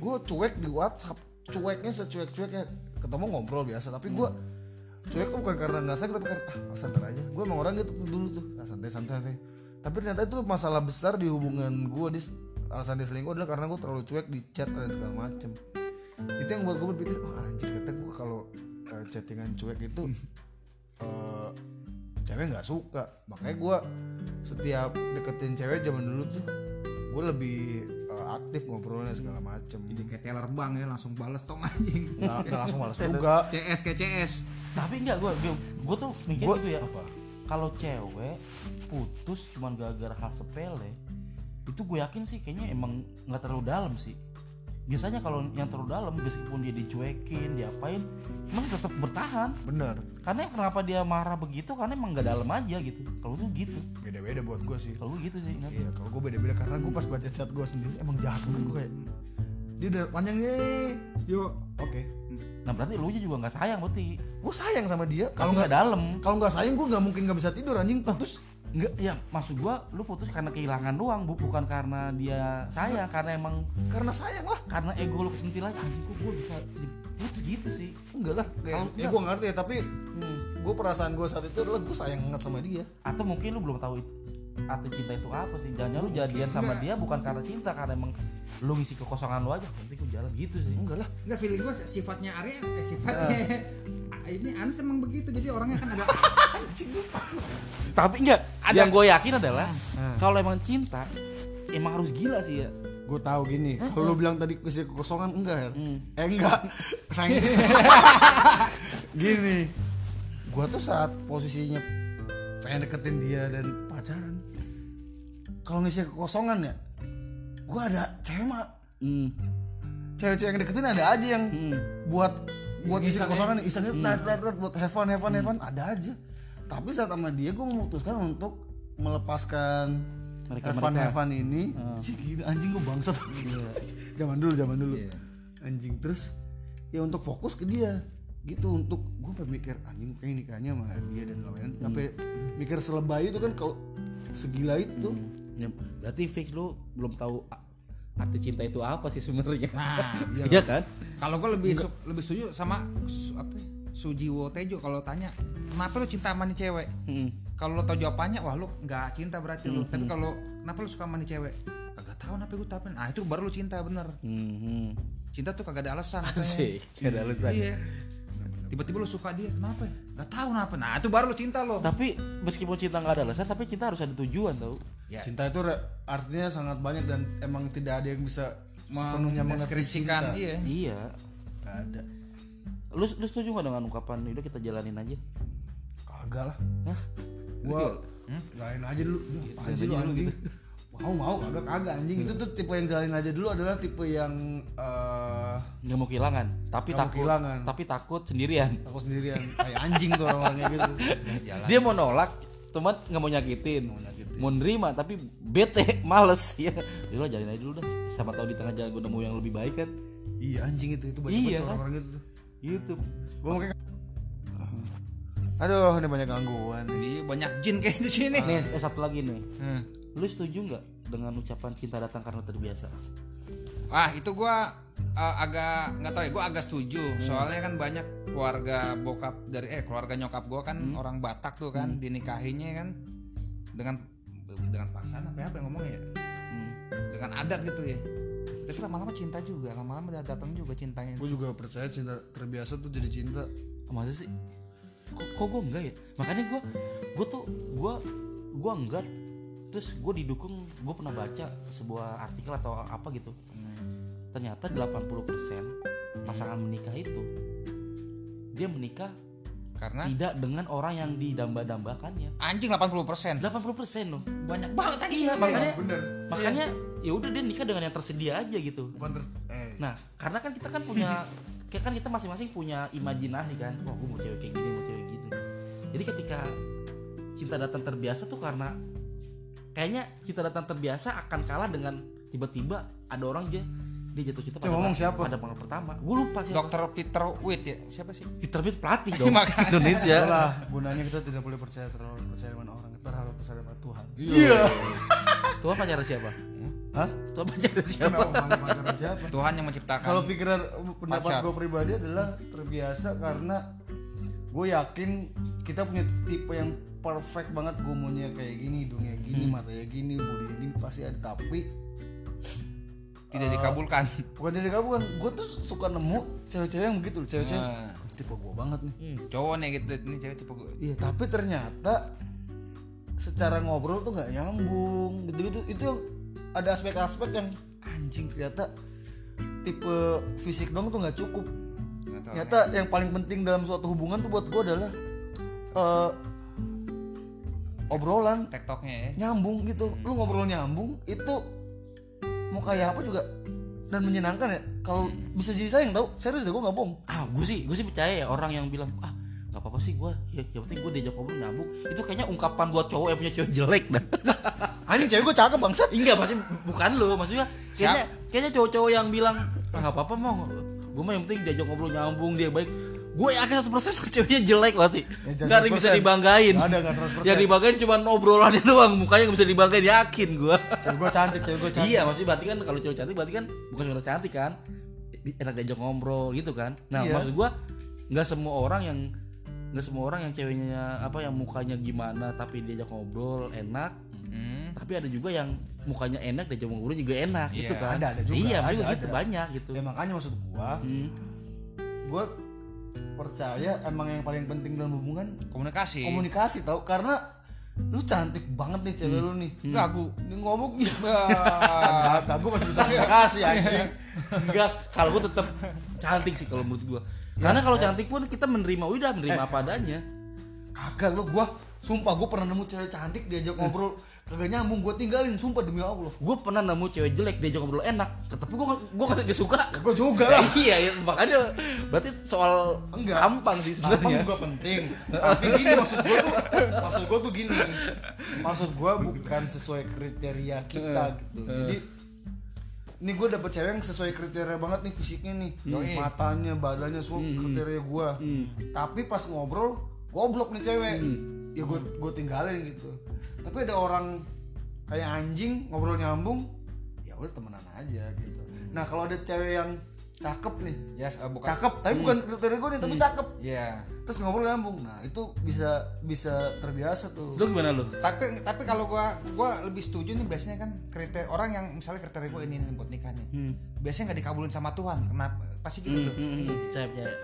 gue cuek di WhatsApp, cueknya secuek-cueknya, ketemu ngobrol biasa, tapi gue cuek tuh bukan karena nggak sayang, tapi karena ah santai aja. Gue emang orang gitu tuh dulu tuh, ah, santai santai santai. Tapi ternyata itu masalah besar di hubungan gue. Di alasan dia selingkuh adalah karena gue terlalu cuek di chat dan segala macem. Itu yang buat gue berpikir, oh anjir, ternyata gue kalau uh, chattingan cuek itu uh, cewek nggak suka. Makanya gue setiap deketin cewek zaman dulu tuh gue lebih uh, aktif ngobrolnya segala macem. Jadi kayak teller bank ya, langsung balas tong anjing. Nggak, nggak langsung balas juga. C S kayak C S. Tapi enggak, gue gue tuh mikir Gua- gitu ya. apa? Kalau cewek putus cuman gara-gara hal sepele, itu gue yakin sih kayaknya emang nggak terlalu dalam sih. Biasanya kalau yang terlalu dalam, meskipun dia dicuekin, diapain, emang tetap bertahan. Bener. Karena kenapa dia marah begitu? Karena emang nggak dalam aja gitu. Kalau tuh gitu. Beda-beda buat gue sih. Kalau gue gitu sih. Ingat. Iya, kalau gue beda-beda karena gue pas baca chat gue sendiri emang jahat banget. Gue kayak dia udah panjang nih, yuk, oke. Nah berarti lu juga nggak sayang berarti. Gue sayang sama dia. Kalau Kalau nggak nggak dalam. kalau nggak sayang gue nggak mungkin nggak bisa tidur anjing. Putus. Enggak, ya maksud gua lu putus karena kehilangan doang, bu, bukan karena dia sayang, karena emang Karena sayang lah. karena ego lu kesentil aja. Anjing kok gua bisa diputus gitu sih. Enggak lah. Kalau Ya, ya enggak. gue ngerti ya, tapi Hmm. gue perasaan gue saat itu adalah gue sayang banget sama dia. Atau mungkin lu belum tahu it- arti cinta itu apa sih. Jangan lu jadian sama dia bukan karena cinta, karena emang lu ngisi kekosongan lu aja. Nanti gua jalan gitu sih. Enggak lah. Enggak, feeling gue sifatnya Arya eh sifatnya ini Anas emang begitu. Jadi orangnya kan ada Tapi enggak, Ada- yang gue yakin adalah Hmm. kalau emang cinta emang harus gila sih ya. Gue tahu gini. Kalau lu bilang tadi ngisi kekosongan enggak ya? Hmm. Eh enggak. Sayang. Gini. Gue tuh saat posisinya pengen deketin dia dan pacaran, kalau ngisi kekosongan ya, gue ada cewek mah, Hmm. cewek-cewek yang deketin ada aja yang Hmm. buat buat ngisi Iseng kekosongan, isengnya tat, tat, tat, buat have fun, have fun, have fun, ada aja. Tapi saat sama dia gue memutuskan untuk melepaskan Mereka- have fun, mereka. have fun ini. Sih gila, anjing gue bangsat. Zaman dulu, zaman dulu. Iya. Anjing, terus ya untuk fokus ke dia gitu, untuk gue sampai mikir anjing kayak nikahnya sama dia dan lain-lain, sampai mikir selebay itu kan, kalau segila itu. Ya, berarti fix lu belum tahu a- arti cinta itu apa sih sebenarnya. nah, Iya kan? kalau gue lebih su- lebih setuju sama su, apa ya, Sujiwo Tejo kalau tanya kenapa lu cinta sama nih cewek. Hmm. Kalau lo tau jawabannya, wah lu nggak cinta berarti lu. Tapi kalau kenapa lu suka sama nih cewek, kagak tahu kenapa gue tapi nah itu baru lu cinta bener. Hmm. Cinta tuh kagak ada alasan katanya. Asik, gak ada alasan. Iya. Tiba-tiba lu suka dia, kenapa ya? Gak tahu kenapa. Nah itu baru lu cinta lo. Tapi meskipun cinta nggak ada alasan, tapi cinta harus ada tujuan tau. Ya, Cinta itu re- artinya sangat banyak dan emang tidak ada yang bisa sepenuhnya mengerti mendeskripsikan cinta. iya. Iya. Gak ada. Lu lu setuju nggak dengan ungkapan udah kita jalanin aja? Kagak lah. Hah? Gua jalanin aja dulu. Apaan sih lu aja dulu anjing? gitu. Mau mau kagak kagak anjing. Itu tuh tipe yang jalanin aja dulu adalah tipe yang eh Nggak mau kehilangan, tapi Nggak mau takut, kehilangan. tapi takut sendirian. aku sendirian. Kayak anjing tuh orang-orangnya gitu. Jalan. Dia mau nolak, teman nggak mau nyakitin, Mau nyakitin. mau nerima tapi bete, males ya. Udah jalin aja dulu dah. Sama tahu di tengah jalan gue nemu yang lebih baik kan. Iya anjing itu itu banyak Iya, banget kan? orang-orang gitu tuh. YouTube. Gua makanya Aduh, ini banyak gangguan nih. Iya, banyak jin kayak di sini. Nih, eh, satu lagi nih. Hmm. Lu setuju nggak dengan ucapan cinta datang karena terbiasa? Wah itu gua uh, agak nggak tahu ya, gua agak setuju. Soalnya kan banyak keluarga bokap dari eh keluarga nyokap gua kan orang Batak tuh kan dinikahinya kan dengan dengan paksaan apa apa yang ngomongnya ya, Hmm. dengan adat gitu ya. Tapi lama-lama cinta juga, lama-lama udah datang juga cintanya. Gue juga percaya cinta terbiasa tuh jadi cinta. Oh, masa sih? Kok, kok gue enggak ya? Makanya gue gue tuh gue gue enggak. Terus gue didukung, gue pernah baca sebuah artikel atau apa gitu. Ternyata delapan puluh persen pasangan menikah itu dia menikah Karena tidak dengan orang yang didamba-dambakannya. anjing delapan puluh persen delapan puluh persen loh. banyak banget tadi. Iya, makanya bener. makanya ya udah dia nikah dengan yang tersedia aja gitu. Bukan ter eh Nah, karena kan kita kan punya kayak kan kita masing-masing punya imajinasi kan. Wah, gue mau cewek kayak gini, mau cewek gitu. Jadi ketika cinta datang terbiasa tuh karena kayaknya cinta datang terbiasa akan kalah dengan tiba-tiba ada orang aja dia jatuh cinta Coba ngomong siapa? pada pandangan pertama. Gue lupa sih. Dokter Peter Witt ya, siapa sih? Peter Pitt pelatih dong Makanya. Indonesia. itulah gunanya kita tidak boleh percaya terlalu percaya dengan orang, kita harus percaya pada Tuhan. Iya. Tuhan pacar siapa? Hah? Tuhan pacaran siapa? Kenapa pacaran siapa? Tuhan yang menciptakan. Kalau pikiran pendapat Pacar. gue pribadi adalah terbiasa karena gue yakin kita punya tipe yang perfect banget. Gue maunya kayak gini, hidungnya gini, Hmm. matanya gini, bodinya gini, pasti ada. Tapi tidak uh, dikabulkan. bukan jadi kabulkan. Gue tuh suka nemu cewek-cewek yang begitu loh, cewek-cewek Nah. tipe gue banget nih. Hmm. Cowok nih gitu, ini cewek tipe gue. Iya, tapi ternyata secara ngobrol tuh nggak nyambung gitu-gitu. Itu yang ada aspek-aspek yang anjing, ternyata tipe fisik dong tuh nggak cukup. Nggak tahu, Ternyata yang paling penting dalam suatu hubungan tuh buat gue adalah uh, obrolan TikToknya ya. nyambung gitu. Lu ngobrol nyambung itu mau kayak apa juga dan menyenangkan ya. Kalau bisa jadi sayang tau, serius deh gue nggak bohong. Ah, gue sih gue sih percaya ya orang yang bilang ah nggak apa-apa sih gue, ya, yang penting gue diajak ngobrol nyambung. Itu kayaknya ungkapan buat cowok yang punya cewek jelek dah. Anjing, cewek gue cakep bangsat. Enggak, maksudnya bukan lo, maksudnya kayaknya kayaknya cowok-cowok yang bilang ah nggak apa-apa mau, gue mah yang penting diajak ngobrol nyambung, dia baik. Gue yakin seratus persen ceweknya jelek pasti. Ya, Nggak ada yang bisa dibanggain. Nggak ada, nggak seratus persen. Yang dibanggain cuma obrolannya doang, mukanya nggak bisa dibanggain, yakin gue. Cewek gue cantik, cewek gue cantik. Iya, maksudnya berarti kan kalau cowok cantik berarti kan bukan cuma cantik kan, enak diajak ngobrol gitu kan. Nah, Iya. maksud gue nggak semua orang yang nggak semua orang yang ceweknya apa yang mukanya gimana tapi diajak ngobrol enak. Hmm. Tapi ada juga yang mukanya enak diajak ngobrol juga enak Iya, gitu kan. ada, ada juga, Iya, ada, juga gitu ada. banyak gitu. Ya makanya maksud gue, Hmm. gue percaya emang yang paling penting dalam hubungan Komunikasi. komunikasi tau. Karena lu cantik banget nih cewek lu nih, gagu ini ngomong Ah. gagu masih bisa komunikasi anjing. Enggak, kalau gue tetap cantik sih kalau menurut gue. Karena kalau cantik pun kita menerima, udah menerima apa adanya. Kagak lu, gue sumpah gue pernah nemu cewek cantik diajak ngobrol kagak nyambung, gue tinggalin sumpah demi Allah. Gue pernah nemu cewek jelek diajak ngobrol enak, tapi gue gue gak suka. Gue juga Ya, lah. iya, ya, makanya berarti soal Enggak. gampang sih Gampang sebenarnya. juga penting. Tapi gini maksud gue tuh, maksud gue tuh gini. Maksud gue bukan sesuai kriteria kita gitu. Jadi ini gue dapet cewek yang sesuai kriteria banget nih fisiknya nih, Yoi. matanya, badannya semua kriteria gue. Tapi pas ngobrol goblok nih cewek, ya gue gue tinggalin gitu. Tapi ada orang kayak anjing ngobrol nyambung, ya udah temenan aja gitu. Nah kalau ada cewek yang cakep nih, Yes, uh, bukan. cakep tapi bukan kriteria gue nih, tapi cakep, Iya. terus ngobrol nyambung, nah itu bisa bisa terbiasa tuh. Lu gimana lu? Tapi tapi kalau gua gua lebih setuju nih, biasanya kan kriteria orang yang misalnya kriteria gua ini nih buat nikah nih. Hmm. Biasanya nggak dikabulin sama Tuhan. Kenapa? Pasti gitu tuh. Hmm, hmm, percaya, percaya.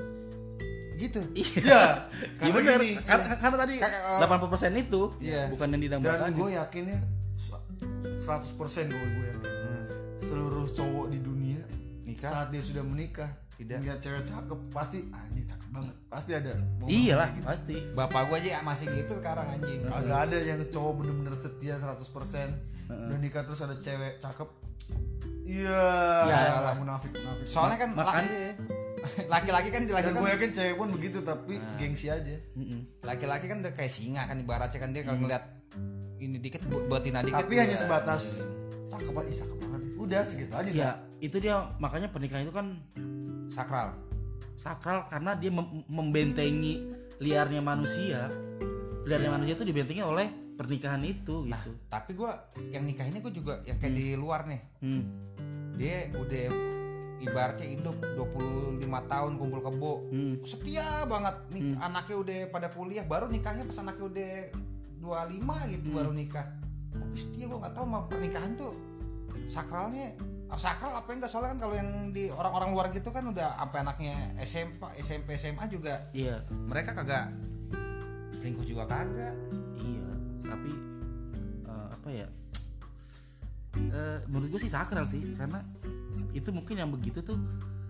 Gitu. Iya, Iya karena benar. gini, Karena, karena tadi Kakak, uh, delapan puluh persen itu Iya. bukan yang dan didambakan. gue yakinnya seratus persen gue gue yakin seluruh cowok di dunia Nikah? saat dia sudah menikah Tidak. lihat cewek cakep pasti anjing cakep banget, pasti ada momen Iyalah, kayak gitu. pasti. Bapak gua aja masih gitu sekarang anjing. Agak ada yang cowok bener-bener setia seratus persen dan nikah terus ada cewek cakep. Iya, Ya, lah munafik munafik. Soalnya kan Makan- laki- laki-laki kan dan dilahirkan gue yakin cewek pun begitu tapi gengsi aja. Mm-mm. laki-laki kan udah kayak singa kan ibaratnya kan dia kalau ngeliat ini dikit bu- betina dikit. Tapi dia- hanya sebatas cakep aja, ih, cakep banget. Udah segitu aja. Ya, Kak. itu dia makanya pernikahan itu kan sakral. sakral karena dia mem- membentengi liarnya manusia. Liarnya manusia itu dibentengi oleh pernikahan itu gitu. Tapi gua yang nikah ini gua juga yang kayak di luar nih. Hmm. Dia udah ibaratnya hidup dua puluh lima tahun kumpul kebo. Hmm. Setia banget nih, anaknya udah pada kuliah, baru nikahnya pas anaknya udah dua puluh lima gitu baru nikah. Tapi setia, gua nggak tahu mah pernikahan tuh sakralnya oh, sakral apa enggak, soalnya kan kalau yang di orang-orang luar gitu kan udah sampai anaknya S M P, S M P, S M A juga Iya, mereka kagak selingkuh juga kagak. iya. Tapi eh, apa ya? Eh, menurut gue sih sakral sih karena itu mungkin yang begitu tuh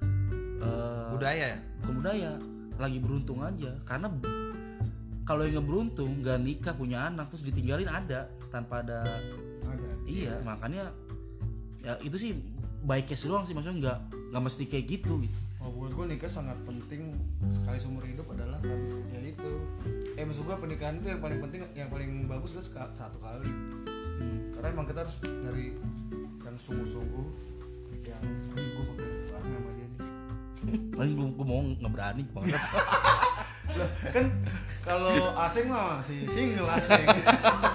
eh, Budaya ya? bukan budaya, lagi beruntung aja. Karena kalau yang nggak beruntung nggak nikah punya anak terus ditinggalin ada tanpa ada. Ada. Iya, makanya ya itu sih baik case doang sih, maksudnya nggak nggak mesti kayak gitu gitu. Oh, buat gue nikah sangat penting sekali seumur hidup adalah kan ya itu. Eh maksud gue pernikahan itu yang paling penting, yang paling bagus itu seka- satu kali. Hmm. Karena emang kita harus dari yang sungguh-sungguh yang ini gue bakal banget sama dia nih. Paling gue, gue mau nggak berani banget. Loh, kan kalau asing mah masih single asing.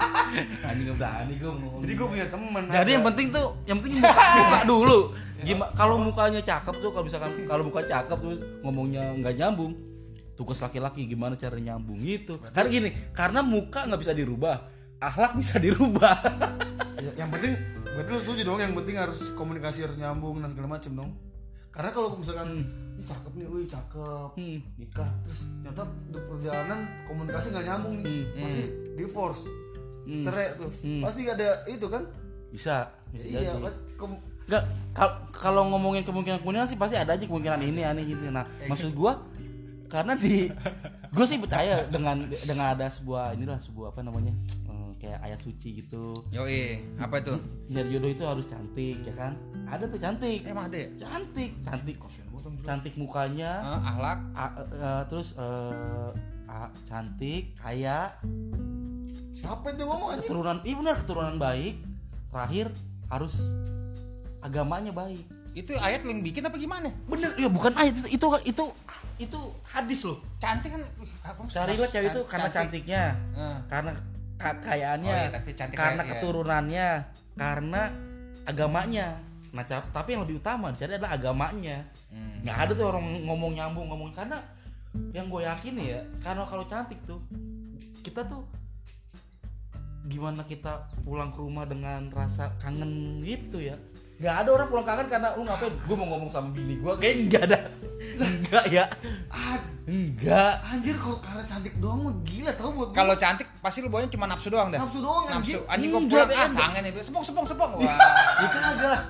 Anjing enggak berani gue ngomong. Jadi gue punya temen. Jadi ada. yang penting tuh, yang penting muka, muka dulu. Gimana kalau mukanya cakep tuh, kalau misalkan kalau muka cakep tuh ngomongnya nggak nyambung. Tugas laki-laki gimana cara nyambung gitu. Karena gini, karena muka nggak bisa dirubah, akhlak bisa dirubah. Ya, yang penting berarti lu setuju dong, yang penting harus komunikasi harus nyambung dan segala macem dong. Karena kalau misalkan ini cakep nih, wih cakep, Hmm. nikah, terus ternyata di perjalanan komunikasi nggak nyambung nih, Hmm. pasti divorce, Hmm. cerai tuh, Hmm. pasti ada itu kan? Bisa. bisa Iya, jadi. pas kom- Nggak, kal- kalau ngomongin kemungkinan-kemungkinan sih pasti ada aja kemungkinan ini aneh gitu. Nah, maksud gua karena di gue sih percaya dengan dengan ada sebuah inilah sebuah apa namanya eh, kayak ayat suci gitu. Yoi, apa itu? Nyari jodoh itu harus cantik ya kan? Ada tuh cantik. Emang ada ya? Cantik, cantik. Cantik mukanya, Eh, akhlak. a- eh, eh, terus eh, a- cantik, kaya, siapa itu ngomong anjing? keturunan, iya benar keturunan baik. Terakhir harus agamanya baik. Itu ayat lu yang bikin apa gimana? Bener, ya bukan ayat itu itu itu, itu hadis loh. Cantik kan? wih, aku Carilah cewek itu can- karena cantik. cantiknya, Eh. karena kekayaannya, Oh iya, tapi cantik karena kayak- iya. keturunannya, karena agamanya. Nah, cap- tapi yang lebih utama dicari adalah agamanya. Hmm. Nggak ada tuh orang ngomong nyambung ngomong karena yang gue yakin ya, karena kalau cantik tuh kita tuh gimana kita pulang ke rumah dengan rasa kangen gitu ya. Nggak ada orang pulang kangen karena lu ngapain? Gue mau ngomong sama bini gue, kayak nggak ada. Enggak ya. Ah, Enggak. anjir kalau karena cantik doang mah gila tau buat gua. Kalau cantik pasti lu bawanya cuma nafsu doang dah. Nafsu doang, anjing. Nafsu. Anjing gua Enggak, pulang ah Ben. sangen ya. Sepong sepong sepong. Wah. Ya kagak lah.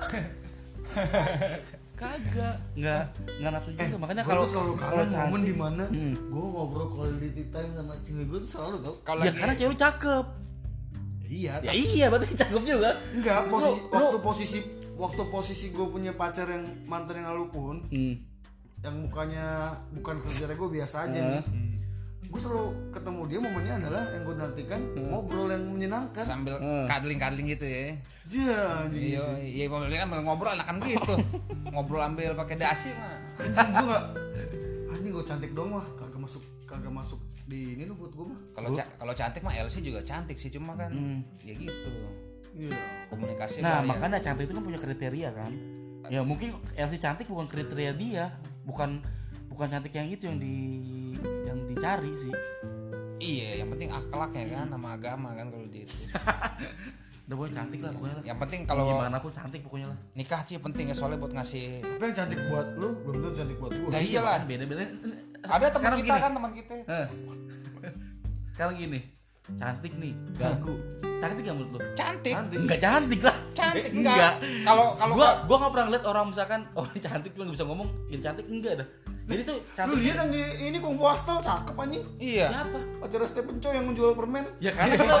Kagak. Enggak enggak nafsu juga. Makanya Gua kalau tuh selalu kalau kangen momen cantik- di mana Hmm. gue ngobrol quality time sama cewek gue tuh selalu tau. Kalau Ya lagi karena cewek cakep. Iya. Ya iya, berarti cakep juga. Enggak, posisi, Lu- waktu lu- posisi waktu posisi gue punya pacar yang mantan yang lalu pun, Hmm. yang mukanya bukan kerjanya gue biasa aja Hmm. nih. Gue selalu ketemu dia, momennya adalah yang gue nantikan ngobrol yang menyenangkan. sambil Hmm. kadling-kadling gitu ya. Iya, anjing. Iya, iya mobilnya kan malah ngobrol akan gitu. Ngobrol ambil pakai dasi mah. Anjing gue gak, anjing gue cantik dong mah, kagak masuk kagak masuk di ini lu buat gue mah. Kalau ca- kalau cantik mah L C juga cantik sih, cuma kan ya gitu. Iya. Komunikasi Nah, kali ya. makanya cantik itu kan punya kriteria kan. Ya mungkin L C cantik bukan kriteria dia, bukan bukan cantik yang itu yang di yang dicari sih. Iya, yang penting akhlaknya kan sama agama kan kalau di itu. Udah pokoknya cantik lah pokoknya lah. Yang penting kalau Gimana pun cantik pokoknya lah. nikah sih penting ya soalnya buat ngasih. Tapi yang cantik buat lu belum tentu cantik buat gue. Nah, iyalah. Beda-beda. Ada teman Sekarang kita gini. kan teman kita. Eh. Sekarang gini, cantik nih, gagu. Cantik gak menurut lu? Cantik. Enggak cantik lah. Cantik Eh, enggak. Kalau kalau gua gua enggak pernah ngeliat orang misalkan orang cantik lu enggak bisa ngomong, yang cantik enggak dah. Jadi tuh Lu cantik. lihat yang di ini Kung Fu Hustle cakep anjing. iya. Siapa? Acara Stephen Chow yang menjual permen. Ya karena kita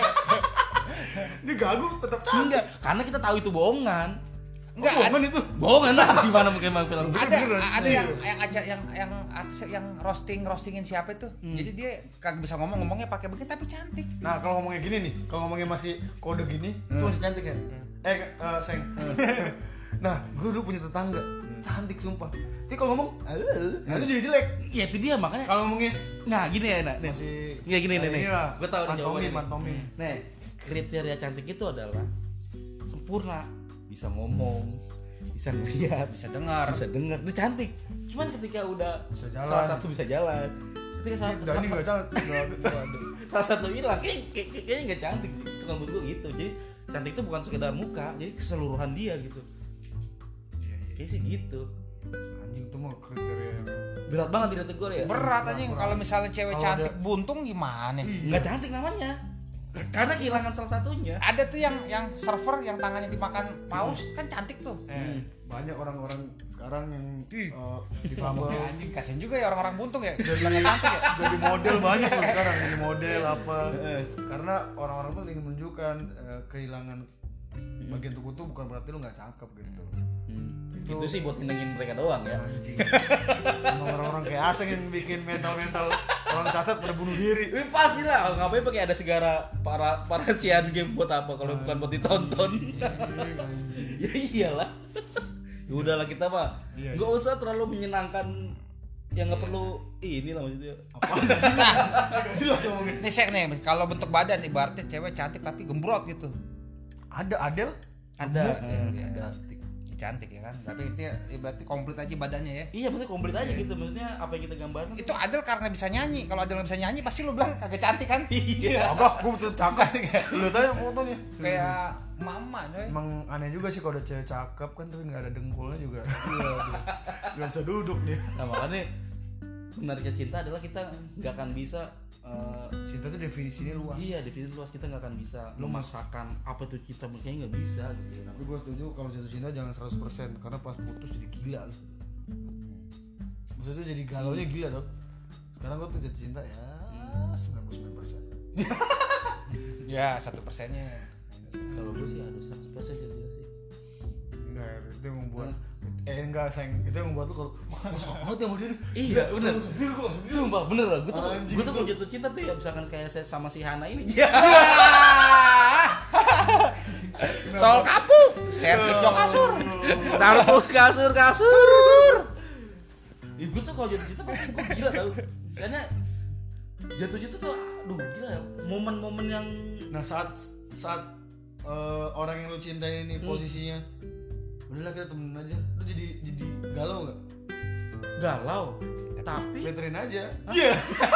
Dia gagu tetap cantik. enggak, karena kita tahu itu bohongan. Enggak, Oh, bohongan itu. Bohongan lah gimana mungkin emang film. ada Beneran, ada iya. yang yang aja yang yang artis yang roasting roastingin siapa itu. Jadi dia kagak bisa ngomong ngomongnya pakai begini tapi cantik. Nah, kalau ngomongnya gini nih, kalau ngomongnya masih kode gini, itu masih cantik kan? Eh, eh, Seng. Nah, gue dulu punya tetangga, cantik sumpah. Dia kalau ngomong, eh, itu jadi jelek. Ya itu dia makanya. Kalau ngomongnya Nah, gini ya, Nak. Nih. masih Iya gini nih, nih. inilah, Gue tahu nih pantomim, jawabannya. pantomim. Nih, kriteria cantik itu adalah sempurna, bisa ngomong, bisa ngeliat, Bisa dengar. bisa dengar, itu cantik. Cuman ketika udah Bisa jalan. salah satu bisa jalan, ketika salah, Dan salah, ini gak cantik. salah satu hilang, kayak, kayak, kayaknya nggak cantik sih. Itu menurut gue gitu. Jadi cantik itu bukan sekedar muka, jadi keseluruhan dia gitu. Kayak sih gitu. Anjing itu mah kriteria yang Berat banget tidak tegur ya. Berat anjing kalau misalnya cewek Kalau cantik ada- buntung gimana? Nggak cantik namanya. Karena kehilangan salah satunya. Ada tuh yang yang server yang tangannya dimakan paus kan cantik tuh. eh banyak orang-orang sekarang yang eh, difabel Anjing kasian juga ya orang-orang buntung ya. Bilangnya cantik ya. jadi model banyak loh sekarang jadi model apa karena orang-orang tuh ingin menunjukkan eh, kehilangan bagian tubuh tuh bukan berarti lu nggak cakep gitu. Itu sih buat nyenengin mereka doang ya. Anjing. Emang orang-orang kayak asing yang bikin mental-mental orang cacat pada bunuh diri. Wih pasti lah, ngapain pakai ada segala para para sian game buat apa kalau bukan buat ditonton. Ya iyalah. Ya udahlah kita mah Iya, nggak usah terlalu menyenangkan yang nggak perlu ini lah maksudnya. Agak jelas ngomongnya. Nih sek nih, kalau bentuk badan ibaratnya cewek cantik tapi gembrot gitu. Ada Adel? Ada. Hmm, eh, ada. Ya, cantik ya kan, tapi itu ibaratnya komplit aja badannya ya. Iya maksudnya komplit aja gitu, maksudnya apa yang kita gambarkan Itu Adel karena bisa nyanyi. Kalau Adel nggak bisa nyanyi pasti lu bilang kagak cantik kan? iya. Agak, gue betul cakep. Lu tanya fotonya. Kayak mama coy. Emang aneh juga sih kalau ada cewek cakep kan tapi nggak ada dengkulnya juga. Iya, nggak bisa duduk dia. Nah makanya menariknya cinta adalah kita nggak akan bisa uh, Cinta tuh definisinya luas. iya definisi luas, kita nggak akan bisa lo masakan apa itu cinta kayaknya nggak bisa gitu. Tapi gue setuju kalau jatuh cinta jangan seratus persen karena pas putus jadi gila. Maksudnya jadi galaunya gila dong. Sekarang gue tuh jatuh cinta ya sembilan puluh sembilan persen. Ya satu persennya. Kalau gue sih harus seratus persen jadi sih. Enggak, itu yang membuat eh enggak sayang, itu yang membuat lu kalau wah banget ya mau dia. Iya bener. Sendiri kok sendiri. Sumpah bener lah, gue tuh Anjing gue tuh tuh. kalau jatuh cinta tuh ya misalkan kayak saya sama si Hana ini. Sol kapu, servis jok kasur. Taruh kasur kasur. Ih, gue tuh kalau jatuh cinta pasti gue gila tau. Karena jatuh cinta tuh aduh gila ya. Momen-momen yang Nah saat saat eh, orang yang lu cintai ini posisinya udahlah kita temenin aja, lu jadi jadi galau nggak? galau tapi Beterin aja. Iya.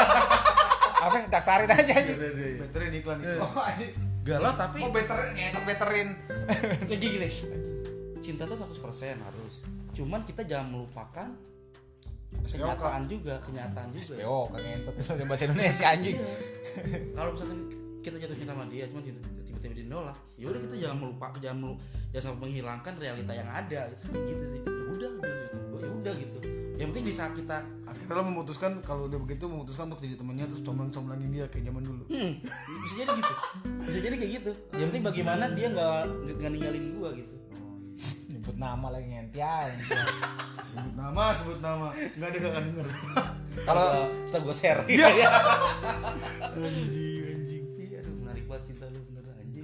Apa daftarin aja. Beterin iklan itu. Oh, anjing. galau tapi Oh beterin, ngetok beterin. kayak gini. Cinta tuh seratus persen harus. Cuman kita jangan melupakan kenyataan juga, kenyataan juga. Oh, kan ngentot itu bahasa Indonesia anjing. Iya. Kalau misalkan kita jatuh cinta sama dia, cuma tiba-tiba dinolak, ya udah kita jangan melupakan, jangan melu, jangan sampai menghilangkan realita yang ada, gitu, kayak gitu sih. Ya udah, ya udah gitu. Yang penting di saat kita Akhirnya lo memutuskan kalau udah begitu memutuskan untuk jadi temennya terus comblang-comblangin dia kayak zaman dulu. hmm, bisa jadi gitu, bisa jadi kayak gitu. Yang penting bagaimana dia nggak nggak ninggalin gua gitu. Nyebut nama lagi ngentian. Sebut nama, sebut nama. Enggak ada gak akan denger. Kalau kita gua share. Iya. Iya. Anjing, anjing. Iya, aduh menarik banget cinta lu bener anjing.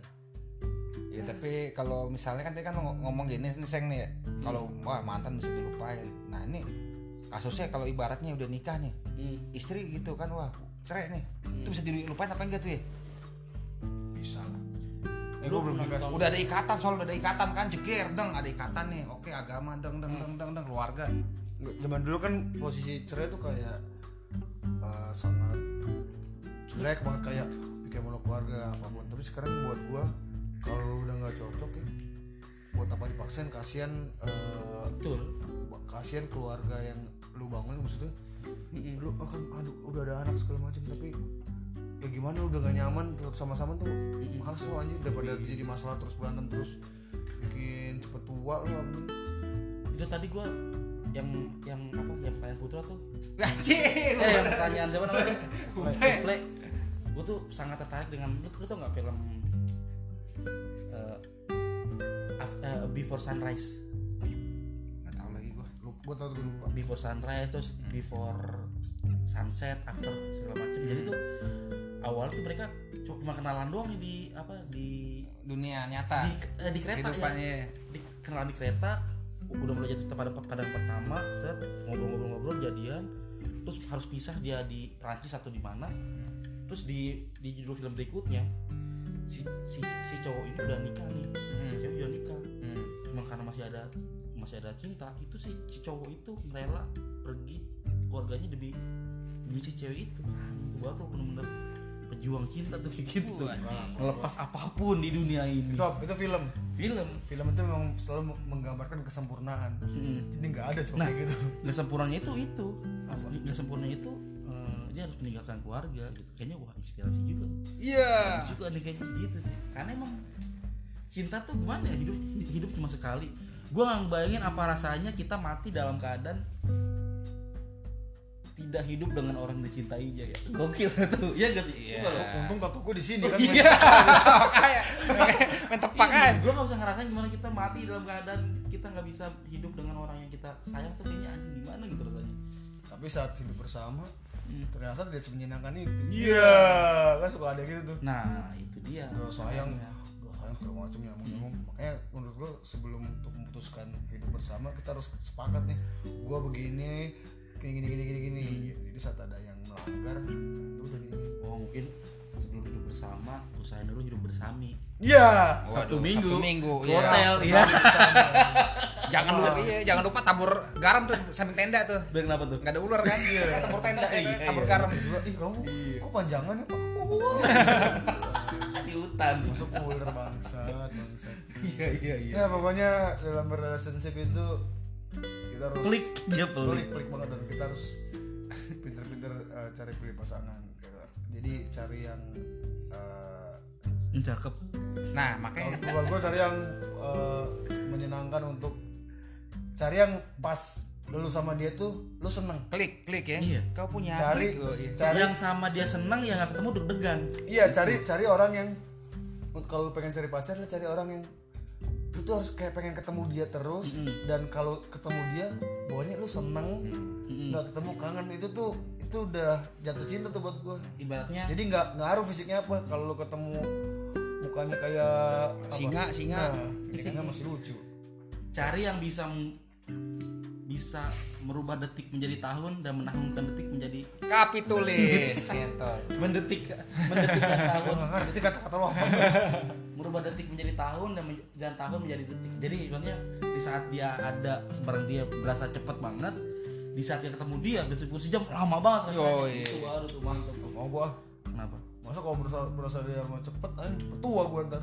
ya tapi kalau misalnya kan tadi kan lo ngomong gini nih Seng nih ya. Kalau wah mantan bisa dilupain. Nah, ini kasusnya kalau ibaratnya udah nikah nih. Hmm. Istri gitu kan wah, cerai nih. Itu bisa dilupain apa enggak tuh ya? Bisa lah. Eh, Lu gue belum pernah nikah. tahu? Udah ada ikatan, soal udah ada ikatan kan jeger deng, ada ikatan nih. Oke, agama deng deng deng deng deng keluarga. Zaman dulu kan posisi cerai tuh kayak uh, sangat jelek banget kayak bikin malu keluarga apapun. Tapi sekarang buat gua kalau udah nggak cocok ya buat apa dipaksain, kasihan uh, Betul. kasihan keluarga yang lu bangun maksudnya. Lu akan aduh udah ada anak segala macam tapi ya gimana lu udah gak nyaman tetap sama-sama tuh males lo anjir daripada jadi masalah terus berantem terus bikin cepet tua lu apa Itu tadi gua yang yang apa yang pertanyaan Putra tuh Anjing. eh yang pertanyaan siapa namanya Kuple. Gue tuh sangat tertarik dengan lu, lu tau nggak film uh, Af- uh, Before Sunrise. Enggak tahu lagi gua. lu gua tau tuh lupa. Before Sunrise terus Before Sunset After segala macam. Jadi tuh awal tuh mereka cuma kenalan doang nih di apa di Dunia nyata. di, eh, di kereta Kehidupannya. ya. Di kenalan di kereta udah mulai jatuh pada kadang pertama set ngobrol-ngobrol-ngobrol jadian terus harus pisah dia di Prancis atau di mana terus di di judul film berikutnya si si si cowok ini udah nikah nih si cewek udah nikah Hmm. cuma karena masih ada masih ada cinta itu si, si cowok itu rela pergi keluarganya demi demi si cewek itu nah, itu baru bener-bener pejuang cinta tuh kayak gitu tuh. Melepas apapun di dunia ini Itu itu film. film Film itu memang selalu menggambarkan kesempurnaan. hmm. Jadi nggak ada cowok Nah, kayak gitu. nggak sempurnanya itu itu nggak sempurnanya itu eh, dia harus meninggalkan keluarga gitu kayaknya wah inspirasi juga Iya. juga nih kayaknya gitu sih karena emang cinta tuh gimana ya hidup hidup cuma sekali gue nggak bayangin apa rasanya kita mati dalam keadaan tidak hidup dengan orang yang dicintainya ya gokil tuh ya gak sih Iya. Untung bapak gua di sini kan. Iya. Kayak main tepak kan. gue nggak bisa ngerasain gimana kita mati dalam keadaan kita nggak bisa hidup dengan orang yang kita sayang tuh kayaknya anjing gimana gitu rasanya. Tapi saat hidup bersama Hmm. ternyata tidak semenyenangkan itu. Iya, kan suka ada gitu tuh. Nah itu dia Udah sayang, udah sayang segala macam ya. Ngomong makanya menurut gua sebelum untuk memutuskan hidup bersama kita harus sepakat nih. Gua begini, kayak gini gini gini gini. Jadi saat ada yang melanggar itu udah gini. Oh mungkin sebelum hidup bersama usahain dulu hidup bersami. Iya. Satu Waduh, minggu. Satu minggu. Ke Iya. hotel, iya. Jangan lupa iya, jangan lupa tabur garam tuh samping tenda tuh. Biar kenapa tuh? Enggak ada ular kan? Kan tabur tenda Iya, itu iya. tabur garam. Ih kamu kok panjangan ya Pak? Oh, Di hutan. masuk ular bangsat bangsat. Iya iya iya. Ya pokoknya dalam relationship itu kita harus Klik dia pelik pelik. pelik banget dan kita harus pinter-pinter uh, cari pilih pasangan. Jadi cari yang uh, Cakep. Nah, makanya kalau gue cari yang uh, menyenangkan untuk cari yang pas lu sama dia tuh lu seneng. klik klik ya. Iya. Kau punya Cari klik. Oh, iya. cari Yang sama dia senang yang nggak ketemu deg-degan. iya cari cari orang yang kalau lu pengen cari pacar lu cari orang yang lu tuh harus kayak pengen ketemu dia terus Mm-mm. dan kalau ketemu dia bawahnya lu seneng Mm-mm. nggak ketemu kangen itu tuh itu udah jatuh cinta tuh buat gue. Ibaratnya Jadi nggak ngaruh fisiknya apa kalau lu ketemu mukanya kayak apa? Singa, singa. Nah, singa masih lucu. cari yang bisa bisa merubah detik menjadi tahun dan menahunkan detik menjadi Kapitulis. Gitu. mendetik mendetikkan Gue tahun, nggak ngerti itu kata-kata lo apa. merubah detik menjadi tahun dan men- dan tahun menjadi detik. Jadi ibaratnya di saat dia ada sebarang dia berasa cepet banget, di saat dia ketemu dia besok sejam lama banget rasanya. Oh, iya. Itu baru tuh mantap tuh. Mau gua Kenapa? masa kalau berasa, berasa dia mau cepet aja cepet tua gua ntar.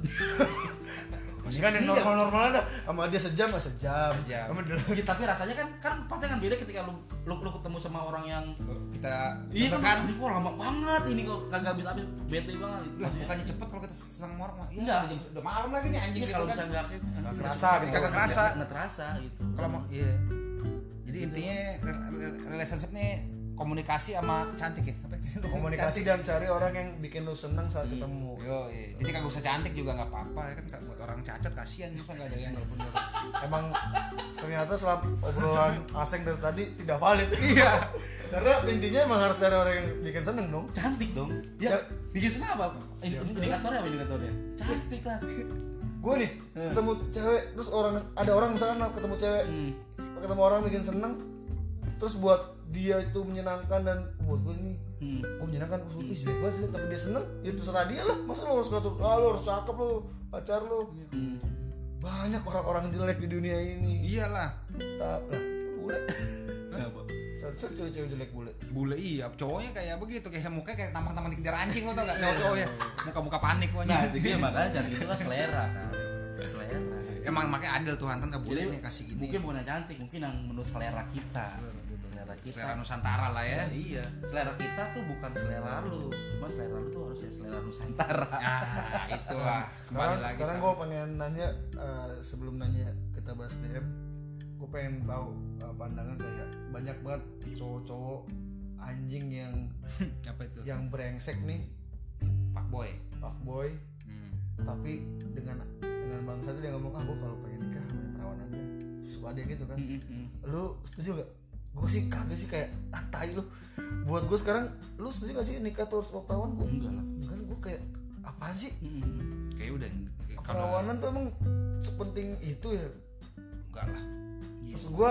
Masih kan yang normal-normal ada sama dia sejam nggak sejam. Sejam. Sama dia Ya, tapi rasanya kan kan pasti kan beda ketika lu lu, lu ketemu sama orang yang Kita iya kan, kan. ini kok lama banget, ini kok kagak habis habis bete banget gitu. Lah, bukannya cepet kalau kita senang sama orang mah. Iya, Enggak. udah malam lagi nih anjing Iya, gitu kalau kan. bisa nggak nggak kerasa gitu. Kagak kerasa. nggak terasa gitu. Kalau mau iya. Jadi intinya rel- rel- relationship nih komunikasi sama cantik ya. Apa? Komunikasi dan cari orang yang bikin lu seneng saat ketemu. Yo, iya. Jadi kagak usah cantik juga nggak apa-apa ya kan buat orang cacat kasihan masa nggak ada yang nggak bener. Emang ternyata selama obrolan asing dari tadi tidak valid. Iya. Karena intinya emang harus cari orang yang bikin seneng dong. Cantik dong. Ya, Ya. bikin senang apa? Ini indikatornya apa indikatornya? Cantik lah. Gue nih ketemu cewek terus orang ada orang misalkan ketemu cewek Hmm. ketemu orang bikin seneng terus buat dia itu menyenangkan dan buat gue ini Hmm. gue menyenangkan gue ih jelek banget jelek, tapi dia seneng ya terserah dia lah. Masa lo harus ngatur ah, lo harus cakep lo pacar lo. Hmm. Banyak orang-orang jelek di dunia ini. Iyalah. Tak lah bule Kenapa? cewek-cewek jelek bule. Bule iya, cowoknya kayak begitu kayak mukanya kayak tampang-tampang dikejar anjing lo tau gak? Cowok ya. Muka-muka panik Nah, pokoknya. itu dia makanya cantik itu kan selera kan. Selera. Emang makanya adil Tuhan kan bule Jadi, nih kasih gini. Mungkin bukan yang cantik, mungkin yang menurut selera kita. Selera kita. Selera Nusantara lah ya. Iya, selera kita tuh bukan selera lu, cuma selera lu tuh harusnya selera Nusantara. Nah, itulah. Kembali Sekarang, lagi sekarang sama- gue pengen nanya uh, sebelum nanya kita bahas D M, gue pengen tahu uh, pandangan kayak banyak banget cowok-cowok anjing yang apa itu? yang brengsek nih, Fuckboy. fuckboy, Hmm. tapi dengan dengan bangsa itu dia ngomong ah gue kalau pengen nikah sama perawan aja, suka ada yang gitu kan. Lu setuju gak? Gue sih kagak sih kayak ah tai lu. Buat gue sekarang lu setuju gak sih nikah terus sama perawan? Gue Enggak lah. enggak lah, gue kayak apaan sih? Kayak udah kalau Keperawanan tuh emang sepenting itu ya. enggak lah. Maksud gua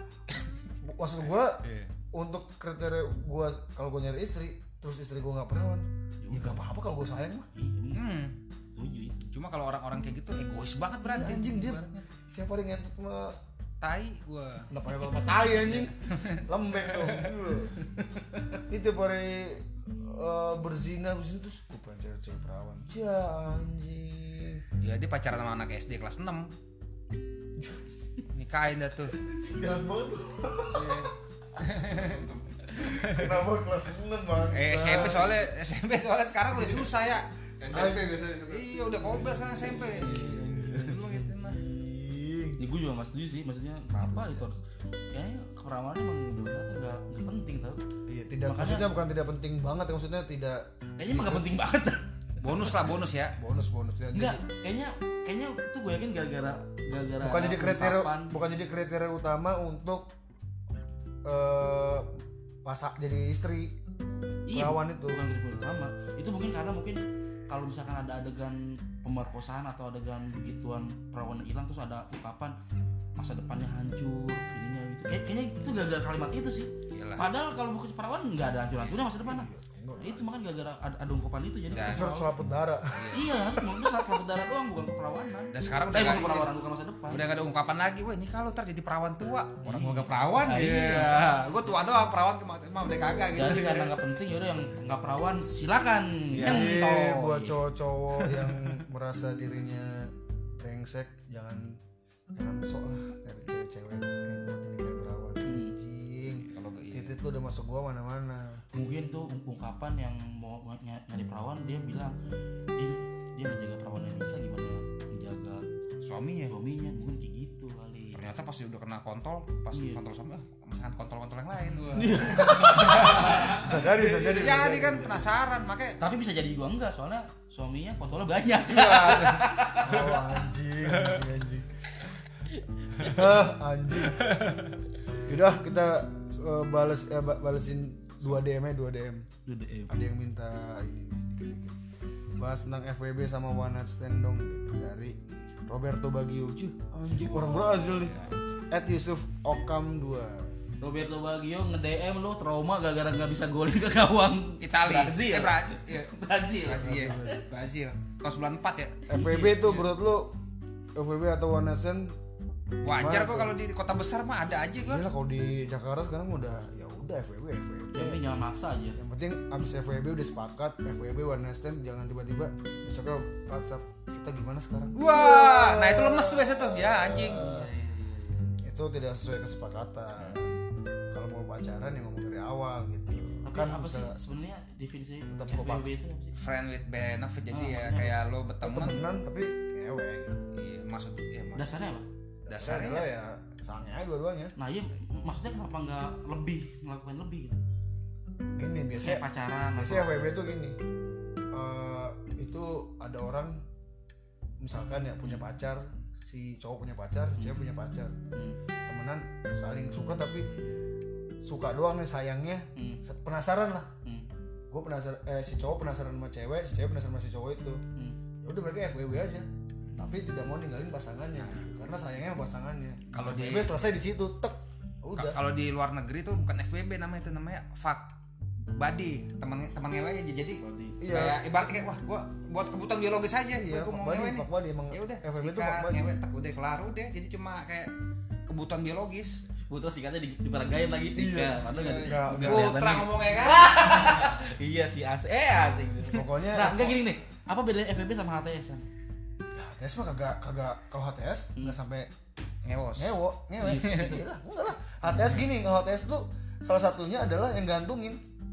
maksud gua Iya. untuk kriteria gua kalau gua nyari istri terus istri gua nggak perawan ya nggak apa-apa kalau gua sayang mah. Iya, Hmm. setuju itu. Cuma kalau orang-orang kayak gitu egois banget berarti. Anjing dia Ibaratnya. tiap hari ngentot sama Tai gua. kenapa ngentot sama tai anjing lembek tuh. Ini tiap hari uh, berzina berzina terus gua pengen cewek cewek perawan ya anjing. Ya dia pacaran sama anak S D kelas enam. Nikahin dah tuh. Jahat banget tuh. Kenapa kelas enam bang? Eh S M P soalnya S M P soalnya sekarang udah susah ya. S M P biasanya juga. Iya udah kobel sekarang S M P. Dulu gitu mah. Ya gue juga gak setuju sih, maksudnya kenapa itu harus kayaknya keperawanan emang udah tuh gak, gak penting tau. Iya tidak Makanya- maksudnya bukan tidak penting banget ya, maksudnya tidak Kayaknya emang gak penting banget. Bonus lah bonus ya. bonus bonus dan Enggak, kayaknya kayaknya itu gue yakin gara-gara gara-gara bukan ada jadi kriteria ungkapan. bukan jadi kriteria utama untuk eh pasak jadi istri Iya, perawan itu. bukan kriteria utama. Itu mungkin karena mungkin kalau misalkan ada adegan pemerkosaan atau adegan begituan perawan hilang terus ada ungkapan masa depannya hancur ininya gitu. Kayak, kayaknya itu gara-gara kalimat itu sih. Iyalah. Padahal kalau buku perawan nggak ada hancur-hancurnya masa depan. Nah, itu makan gara-gara ada, ada ungkapan itu jadi Dan- Hancur selaput darah. iya itu mau salah selaput darah doang bukan keperawanan. Dan sekarang eh udah bukan nggak- keperawanan bukan masa depan. Udah gak ada ungkapan lagi, wah ini kalau ntar jadi perawan tua, orang gua gak perawan, Nah, iya, gua tua doang perawan emang udah kagak gitu. Jadi karena nggak penting yaudah yang nggak perawan silakan. Iya. Yang Jadi toh. buat cowok-cowok yang merasa dirinya brengsek, jangan jangan sok lah dari cewek-cewek eh buat ini kayak perawan. Anjing. Kalau gak iya. Titit lu udah masuk gua mana-mana. Mungkin tuh ungkapan yang mau ny- nyari perawan dia bilang dia dia menjaga perawannya bisa gimana menjaga Suami ya. suaminya mungkin kayak gitu kali. Ternyata pas dia udah kena kontol, pas Iya. kontol suami, ah masakan kontol-kontol yang lain gua. Bisa jadi, bisa jadi. bisa Jadi kan penasaran, makanya Tapi bisa jadi juga enggak soalnya suaminya kontolnya banyak. Oh anjing, anjing, anjing. Hah, anjing. Yaudah kita uh, bales eh, ba- balesin dua D M-nya dua D M. Ada yang minta ini dikit-dikit. Bahas tentang F W B sama one night stand dong dari Roberto Baggio. Cuy, anjing orang Brazil nih. At Yusuf Okam dua. Roberto Baggio nge-D M lu trauma gara-gara nggak bisa golin ke gawang Italia, Brazil. eh, Bra- iya. Brazil. Brazil, iya. Brazil, tahun sembilan puluh empat ya. F W B tuh menurut lu F W B atau one night stand? Wajar kok kalau di kota besar mah ada aja gua. Iyalah kalau di Jakarta sekarang udah ya udah F W B F W B. Yang penting jangan maksa aja. Yang penting abis F W B udah sepakat F W B one night stand, jangan tiba-tiba besoknya WhatsApp kita gimana sekarang. Wah, nah itu lemes tuh biasa tuh. Ya anjing. Itu tidak sesuai kesepakatan. Kalau mau pacaran ya ngomong dari awal gitu. Tapi Kan apa sih bisa sebenarnya definisi tetap F W B kompak. itu apa sih? Friend with benefit jadi Ah, ya iya. kayak lo berteman. temenan tapi ngewe gitu. Iya, maksud iya, maksud Dasarnya apa? dasarnya adalah ya sange aja dua-duanya. Nah iya maksudnya kenapa nggak lebih melakukan lebih gitu? Gini Kayak biasanya pacaran biasanya F atau W B tuh gini. Eh, itu ada orang misalkan ya punya pacar, si cowok punya pacar, si cewek punya pacar. hmm. Temenan saling suka tapi suka doang nih sayangnya Hmm. se- penasaran lah. Hmm. Gue penasaran eh si cowok penasaran sama cewek, si cewek penasaran sama si cowok itu. Hmm. Ya udah mereka F W B aja. Tapi tidak mau ninggalin pasangannya gitu. Karena sayangnya sama pasangannya. Kalau F W di- B selesai di situ tek. Udah. Ka- kalau di luar negeri tuh bukan F W B namanya itu namanya fuck buddy, teman teman ngewe aja. Jadi Iya. kayak ibaratnya kayak wah gua buat kebutuhan biologis aja. Iya, gua fuck mau buddy, ngewe nih. fuck buddy, emang Ya udah, F W B tuh fuck sikat buddy. ngewe tak udah kelar udah. Jadi cuma kayak kebutuhan biologis. Putra sikatnya di, diperagain lagi sih. Iya. Padahal nggak- Nggak, nggak Putra kelihatan nih. ngomongnya kan. Iya sih asik. Eh asik. Pokoknya Nah enggak gini nih. Apa bedanya F W B sama H T S kan? H T S mah kagak kagak kalau H T S Hmm. nggak sampai Ngewos. ngewo, ngewe. Iya lah, enggak lah. H T S gini, kalau H T S tuh salah satunya adalah yang gantungin.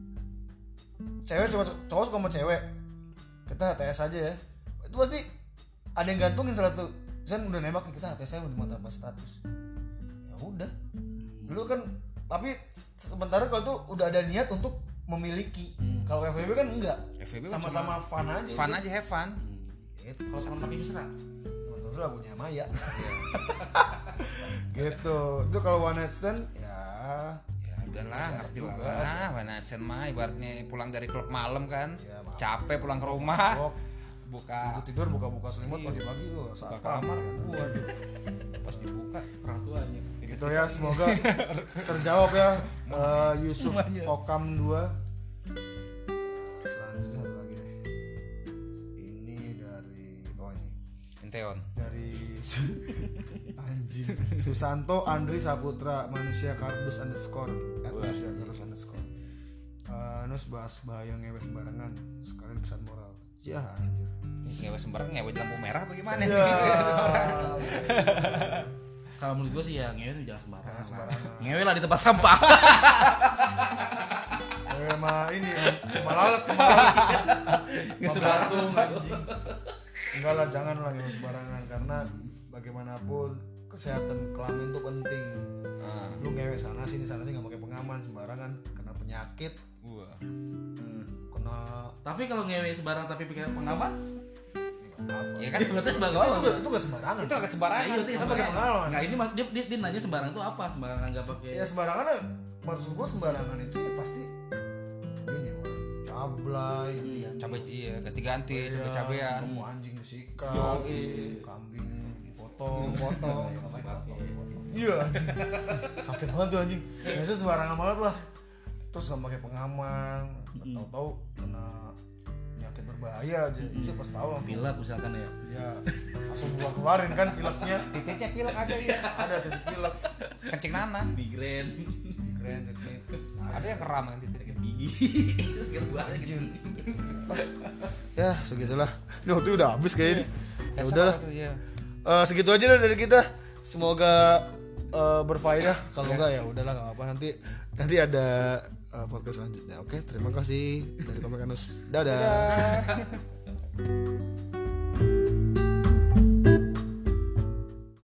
Cewek cuma cowok suka sama cewek. Kita H T S aja ya. Itu pasti ada yang gantungin salah satu. Misalnya udah nembak nih, kita H T S aja mau tanpa status. Ya udah. Lu kan tapi sementara kalau tuh udah ada niat untuk memiliki. Hmm. Kalau F W B kan enggak. F W B Sama-sama cuma fun aja. Fun aja, have fun. Gitu. Kalau sama laki mesra. Teman-teman lagunya Maya. Gitu. Itu kalau one night stand ya Ya udahlah, ngerti lah. juga. Nah, mana sen mah ibaratnya pulang dari klub malam kan. Ya, maaf. Capek pulang ke rumah. kok Buka tidur buka-buka selimut pagi-pagi lu buka saat kamar. Waduh. Pas dibuka Peratuannya. gitu ya, semoga terjawab ya. Eh, Yusuf Okam dua. Selanjutnya satu lagi deh. Ini dari oh ini Inteon. dari anjing Susanto Andri Saputra manusia kardus underscore at manusia kardus underscore. Eh, Nus bahas bahaya ngewe sembarangan sekalian pesan moral. Ya anjir. Ngewe sembarang ngewe di lampu merah bagaimana? Ya. Kalau menurut gue sih ya ngewe itu jangan sembarangan. Jangan sembarangan. lah. Ngewe lah di tempat sampah. Eh mah ini malalet Ngebelatung anjing. Enggak lah, jangan lah ngewe sembarangan karena bagaimanapun kesehatan kelamin itu penting. Ah. Lu ngewe sana sini sana sini nggak pakai pengaman sembarangan kena penyakit, Wah. kena Tapi kalau ngewe sembarang tapi pakai pengaman, apa? Ya kan itu berarti Itu sembarangan. itu itu gak sembarangan. itu agak Nah, sembarangan. itu berarti Sama pakai kayak pengaman. pengaman. Nah ini mas- dia, dia, dia nanya sembarang itu apa? Sembarangan nggak pakai. Ya sembarangan maksud gua sembarangan itu ya pasti ini orang cablay, Iya. Cabai iya ganti-ganti, Iya, cabai-cabean. ketemu anjing disikat, Yoi. kambing dipotong, Dipotong. Ya, nggak apa-apa, nggak apa-apa. Iya anjing. Sakit banget tuh anjing. Biasanya sembarangan banget lah. Terus gak pakai pengaman, tahu-tahu kena penyakit berbahaya aja. Saya pas tahu langsung pilek misalkan ya. Iya. Langsung gua keluarin kan pileknya. Titiknya pilek ada ya. Ada titik pilek. Kencing nanah. Migrain. Keren titik. Ada yang keram kan titik. Sakit gigi. Sakit banget gitu. Ya segitulah. Ini waktu udah habis kayaknya nih. Ya udahlah. Iya. Eh, segitu aja deh dari kita. Semoga eh, berfaedah. Kalau enggak ya udahlah enggak apa-apa. Nanti nanti ada eh, podcast selanjutnya. Oke, terima kasih dari Komik Anus. Dadah. Dadah.